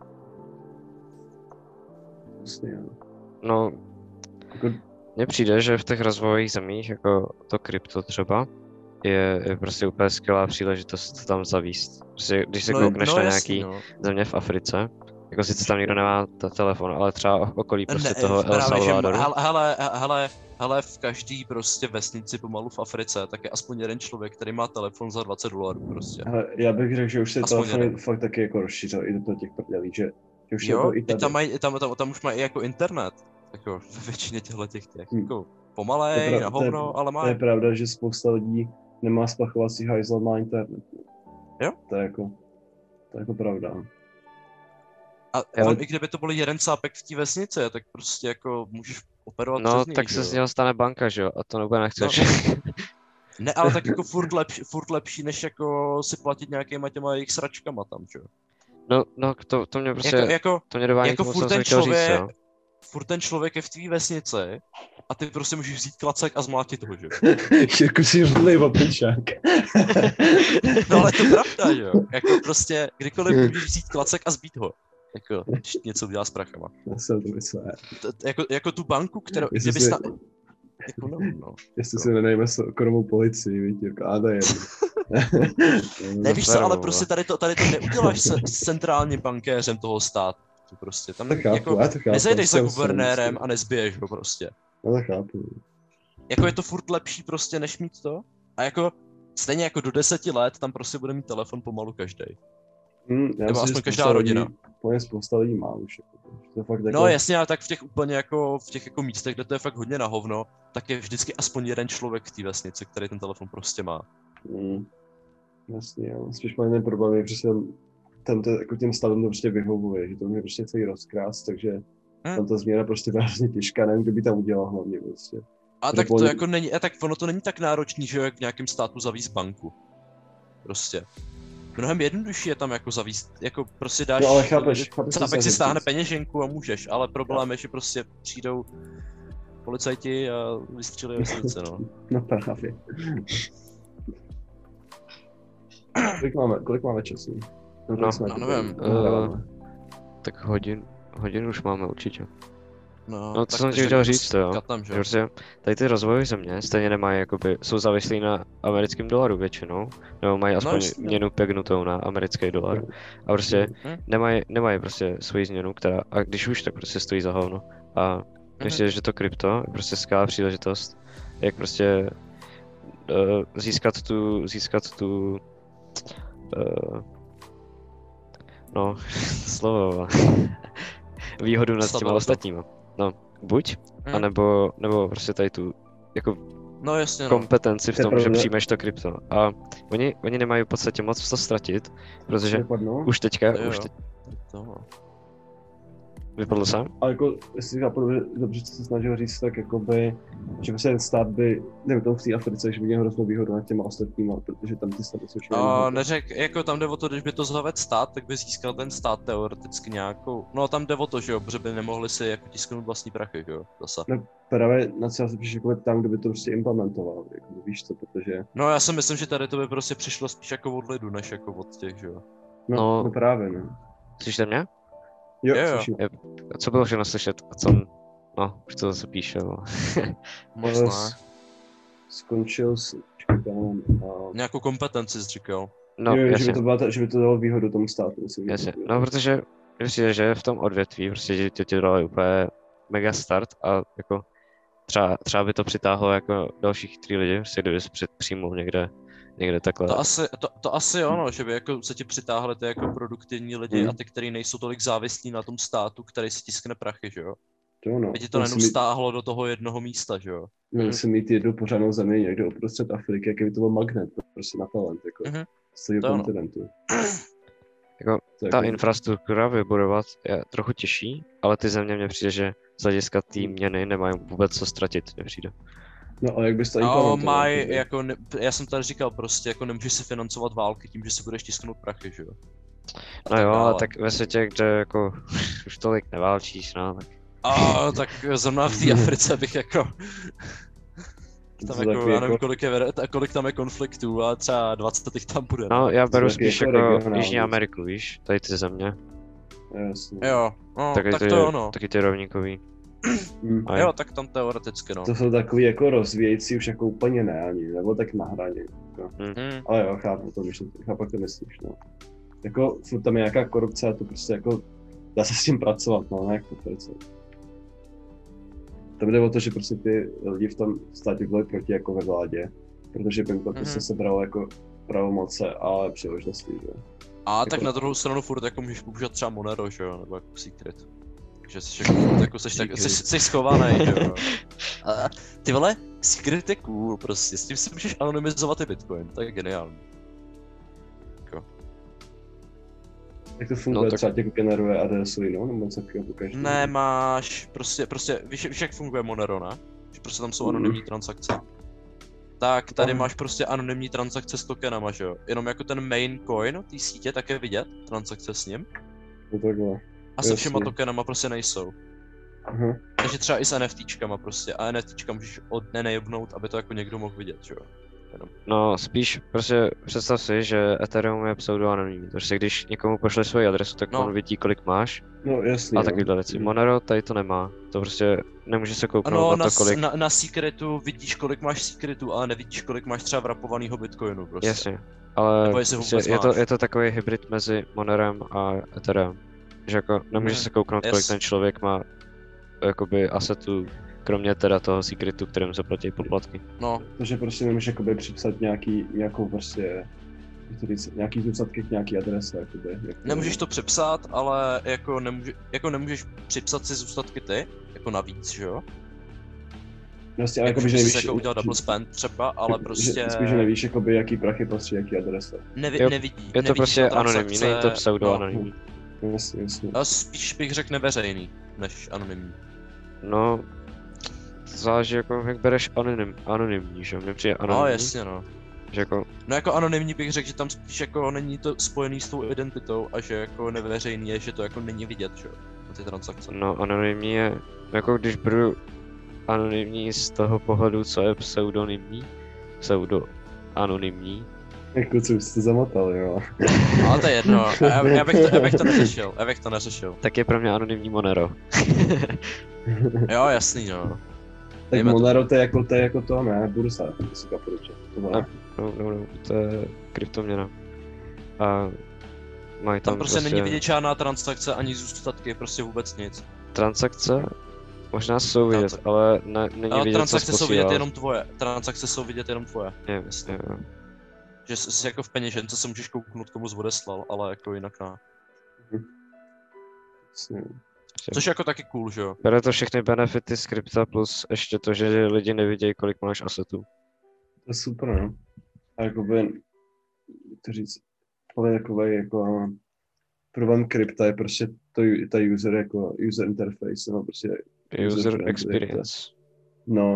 No, mně přijde, že v těch rozvojových zemích, jako to krypto třeba, je, je prostě úplně skvělá příležitost tam zavíst. Prostě, když se no, koukneš no, na jasný, nějaký no. země v Africe, jako sice tam nikdo nemá ta telefon, ale třeba okolí prostě ne, toho El Salvadoru. Hele, hele, hele, v každý prostě vesnici pomalu v Africe, tak je aspoň jeden člověk, který má telefon za dvacet dolarů prostě. Hele, já bych řekl, že už se telefony fakt taky jako rozšířil i do těch prdelí, že už jo, je to i tady. Tam, maj, tam, tam, tam už mají jako internet, jako ve většině těchto těch těch, hmm. jako pomalej, prav, na hovno, je, ale má. To je pravda, že spousta lidí nemá spachovací hajzl, má internet. Jo? To je jako, to je jako pravda. A ale... i kdyby to byl jeden cápek v té vesnici, tak prostě jako můžeš operovat no, přes něj, tak se z něho stane banka, že jo, a to nebude nechceš. No. Ne, ale tak jako furt lepší, furt lepší, než jako si platit nějakýma těma jejich sračkama tam, že jo. No, no, to, to mě prostě, jako, jako, to mě dování jako k tomu, furt co ten jsem člověk, říct, jo. Furt ten člověk je v tvý vesnici a ty prostě můžeš vzít klacek a zmlátit ho, že jo. Jako si žlej opičák. No ale to je pravda, že jo. Jako prostě, kdykoliv můžeš vzít klacek a zbít ho. Jako, když něco udělá s prachama. Já jsem to myslel. Jako, jako tu banku, kterou, kdyby si... sta... Jako no, no. Jestli si nenajme soukromou policii, víte, jako a to je. Nevíš co, ale prostě tady to, tady to neuděláš se, s centrálním bankéřem toho státu. Prostě tam to chápu, jako, já to chápu, nezajdeš za guvernérem a nezbiješ ho prostě. Já to chápu. Jako je to furt lepší prostě, než mít to. A jako, stejně jako do deseti let tam prostě bude mít telefon pomalu každej. Hmm, nebo aspoň každá rodina. Úplně spousta lidí má už. To fakt jako... No jasně, ale tak v těch úplně jako, v těch jako místech, kde to je fakt hodně na hovno, tak je vždycky aspoň jeden člověk v té vesnici, který ten telefon prostě má. Hmm. Jasně, jo. Spíš má jeden problém, je přesně tam to, jako těm stavům to prostě vyhovuje, že to mě prostě celý rozkrás, takže hmm. tam ta změna prostě byla hrozně těžká, nevím, kdo by tam udělal hlavně prostě. A tak to jako není, a tak ono to není tak náročný, že jak v nějakém státu zavíst banku. Prostě. Mnohem jednodušší je tam jako zavíst, jako prostě dáš, no, ale chápeš, chápeš tak si stáhne peněženku a můžeš, ale problém je, že prostě přijdou policajti a vystřelí vesnice, no. No právě. kolik, máme, kolik máme času? No, no, no nevím. Uh, tak hodin, hodin už máme určitě. No, no to jsem ti chtěl říct, to jo. Katam, že prostě tady ty rozvojové země stejně nemají, jakoby, jsou závislí na americkém dolaru většinou, nebo mají aspoň no, měnu pegnutou na americký dolar. A prostě hmm. nemají, nemají prostě svoji změnu, která, a když už, tak prostě stojí za hovno. A myslím, že to krypto je prostě skvělá příležitost, jak prostě uh, získat tu, získat tu, uh, no, slovo, výhodu nad těma ostatníma. No, buď, mm. anebo, nebo prostě tady tu, jako no, jasně, no. kompetenci v tom, že přijmeš to krypto. A oni, oni nemají v podstatě moc co ztratit, protože už teďka, to už teď... To. Vypadlo sám? Ale jako, jestli chápu dobře, co se snažil říct, tak jakoby, že prostě ten stát by, nevím, tomu v té Africe, že by měl hroznou výhodu nad těma ostatníma, protože tam ty státy jsou všechny. A neřek, jako tam jde o to, když by to zaved stát, tak by získal ten stát teoreticky nějakou, no tam jde o to, že jo, protože by nemohli si jako tisknout vlastní prachy, že jo, zase. No právě na co já se píšu, jako tam, kde by to prostě implementoval, jako víš co, protože... No já si myslím, že tady to by prostě přišlo spíš jako od lidu, než jako od těch, že jo. No, no, no právě, no. Slyšíte mě? Jo, Jo, jo. slyším. Je, co bylo všechno slyšet? A co? No, už to zase píše. No. Možná. Skončil s... Počkej, tam, a... Nějakou kompetenci jsi říkal. No, jo, že jasně. by, to byla ta, že by to dalo výhodu tomu státu. Myslím, Jasně. No, protože myslím, že v tom odvětví prostě ti to dalo úplně mega start a jako třeba, třeba by to přitáhlo jako dalších tři lidi, prostě kdyby se před přijmul někde, někde takhle. To asi, to, to asi ono, že by jako se ti přitáhly ty jako produktivní lidi Hmm. a ty, kteří nejsou tolik závislí na tom státu, který si tiskne prachy, že jo? To no. By ti to nejenom mít, stáhlo do toho jednoho místa, že jo? měl jsem mít jednu pořádnou zemi někde uprostřed Afriky, jaký by to byl magnet, prostě na talent, jako Mhm. z celého To ano. kontinentu. Jako, To je ta jako- infrastruktura vybudovat je trochu těžší, ale ty země mně přijde, že z hlediska té měny nemají vůbec co ztratit, mně přijde. No ale jak bys to No, implementoval? maj, jako- jako, ne, já jsem tady říkal prostě, jako nemůžeš si financovat války tím, že si budeš tisknout prachy, že jo? A No jo, ale dále. tak ve světě, kde jako už tolik neválčíš, no, tak A tak zrovna v té Africe bych jako... To Tam jsou jako, takový já nevím, jako- kolik, je, vede- kolik tam je konfliktů, ale třeba dvacet jich tam bude. no, já beru taky spíš jako jako regionální. Jižní Ameriku, víš, tady ty země, Jasně. Jo, no, taky tak ty, to je ono. taky ty rovníkový. Hm. A Jo, tak tam teoreticky, no. To jsou takový jako rozvíjející už jako úplně ne ani, nebo tak na hraně. Jako. Hmm. Ale jo, chápu to, myšlení, chápu, jak to myslíš, no. Jako furt tam je nějaká korupce a to prostě jako, dá se s tím pracovat, no, ne jak to pracovat. Tam jde o to, že prostě ty lidi v tom státě byli proti jako ve vládě, protože by jim to Mhm. prostě sebralo jako pravomoce a příležitosti, že jo. A Jako- tak na druhou stranu furt jako můžeš používat třeba Monero, že jo, nebo jako Secret. Takže jsi jako, furt jako jsi, tak, jsi, jsi schovaný, že jo. A ty vole, Secret je cool prostě, s tím si můžeš anonymizovat i Bitcoin, to je geniální. Jak to funguje, No, tak- třeba tě generuje adresu, no, nebo co takového pokaždé. Ne, máš prostě, prostě, víš, víš jak funguje Monero, ne? Že prostě tam jsou Mhm. anonymní transakce. Tak tady Aha. máš prostě anonymní transakce s tokenama, že jo? Jenom jako ten main coin té sítě, tak je vidět, transakce s ním. No takhle. A se všema Jasně. tokenama prostě nejsou. Aha. Takže třeba i s NFTčkama prostě. A NFTčka můžeš od nenejebnout, aby to jako někdo mohl vidět, že jo? Jenom. No, spíš prostě představ si, že Ethereum je pseudoanonymní, takže když někomu pošleš svoji adresu, tak No. on vidí, kolik máš No jasný, a no. takovýhle věci. Monero tady to nemá, to prostě nemůže se kouknout Ano, na na, to, kolik. s- na, na Secretu vidíš, kolik máš Secretu, ale nevidíš, kolik máš třeba vrapovanýho Bitcoinu prostě. Jasně, ale Nebo jestli ho prostě vůbec je, to, máš. je to takový hybrid mezi Monerem a Ethereum. Že jako nemůže Mhm. se kouknout, kolik Yes. ten člověk má jakoby asetů, kromě teda toho Secretu, kterým se platí poplatky. No, Takže prostě nemůžeš jakoby připsat nějaký, nějakou prostě, jak to říct, nějaký zůstatky k nějaký adrese, jakoby. Jak nemůžeš to přepsat, ale jako, nemůže, jako nemůžeš připsat si zůstatky ty, jako navíc, že jo? Vlastně, ale Jako, jakoby, že že bys nevíš, jako udělal double že- spend třeba, ale že- prostě Spíš, že nevíš, jakoby, jaký prachy patří, jaký adrese. nevi, Jo, nevidí. Je to nevidíš prostě na anonymní, transakce, není to pseudoanonymní. Jasně, jasně. No, a spíš bych řekl neveřejný, než anonymní. No, to záleží jako, jak bereš anonym, anonymní, že jo? Mně přijde anonymní, No jasně no. že jako, No jako anonymní bych řekl, že tam spíš jako není to spojený s tou identitou a že jako neveřejný je, že to jako není vidět, že jo, na ty transakce. no anonymní je, jako když beru anonymní z toho pohledu, co je pseudonymní, pseudo anonymní, Jako co jste zamotali, jo. Ale to je jedno, já, já, bych to, já bych to neřešil, já bych to neřešil. tak je pro mě anonymní Monero. Jo, jasný no. Tak Dejme to. Monero to je jako to, je jako to ne, bursa, to si kaporuče. To No. má. No, no, no, to je kryptoměna. A mají tam, Tam prostě není vidět žádná transakce ani zůstatky, prostě vůbec nic. transakce, možná jsou vidět, Transak- ale ne, není Ale vidět, co transakce jsou posílá. vidět jenom tvoje, transakce jsou vidět jenom tvoje. Je, jasně, jo. Že jsi jako v peněžence se můžeš kouknout, komu jsi odeslal, ale jako jinak ne. Jasně. Což je jako taky cool, že jo? Bere to všechny benefity z krypta plus ještě to, že lidi nevidějí, kolik máš asetů. To je super, no. A jakoby, jak to říct, ale takový jako problém krypta je prostě to, ta user jako user interface, nebo prostě User friendly, experience. no.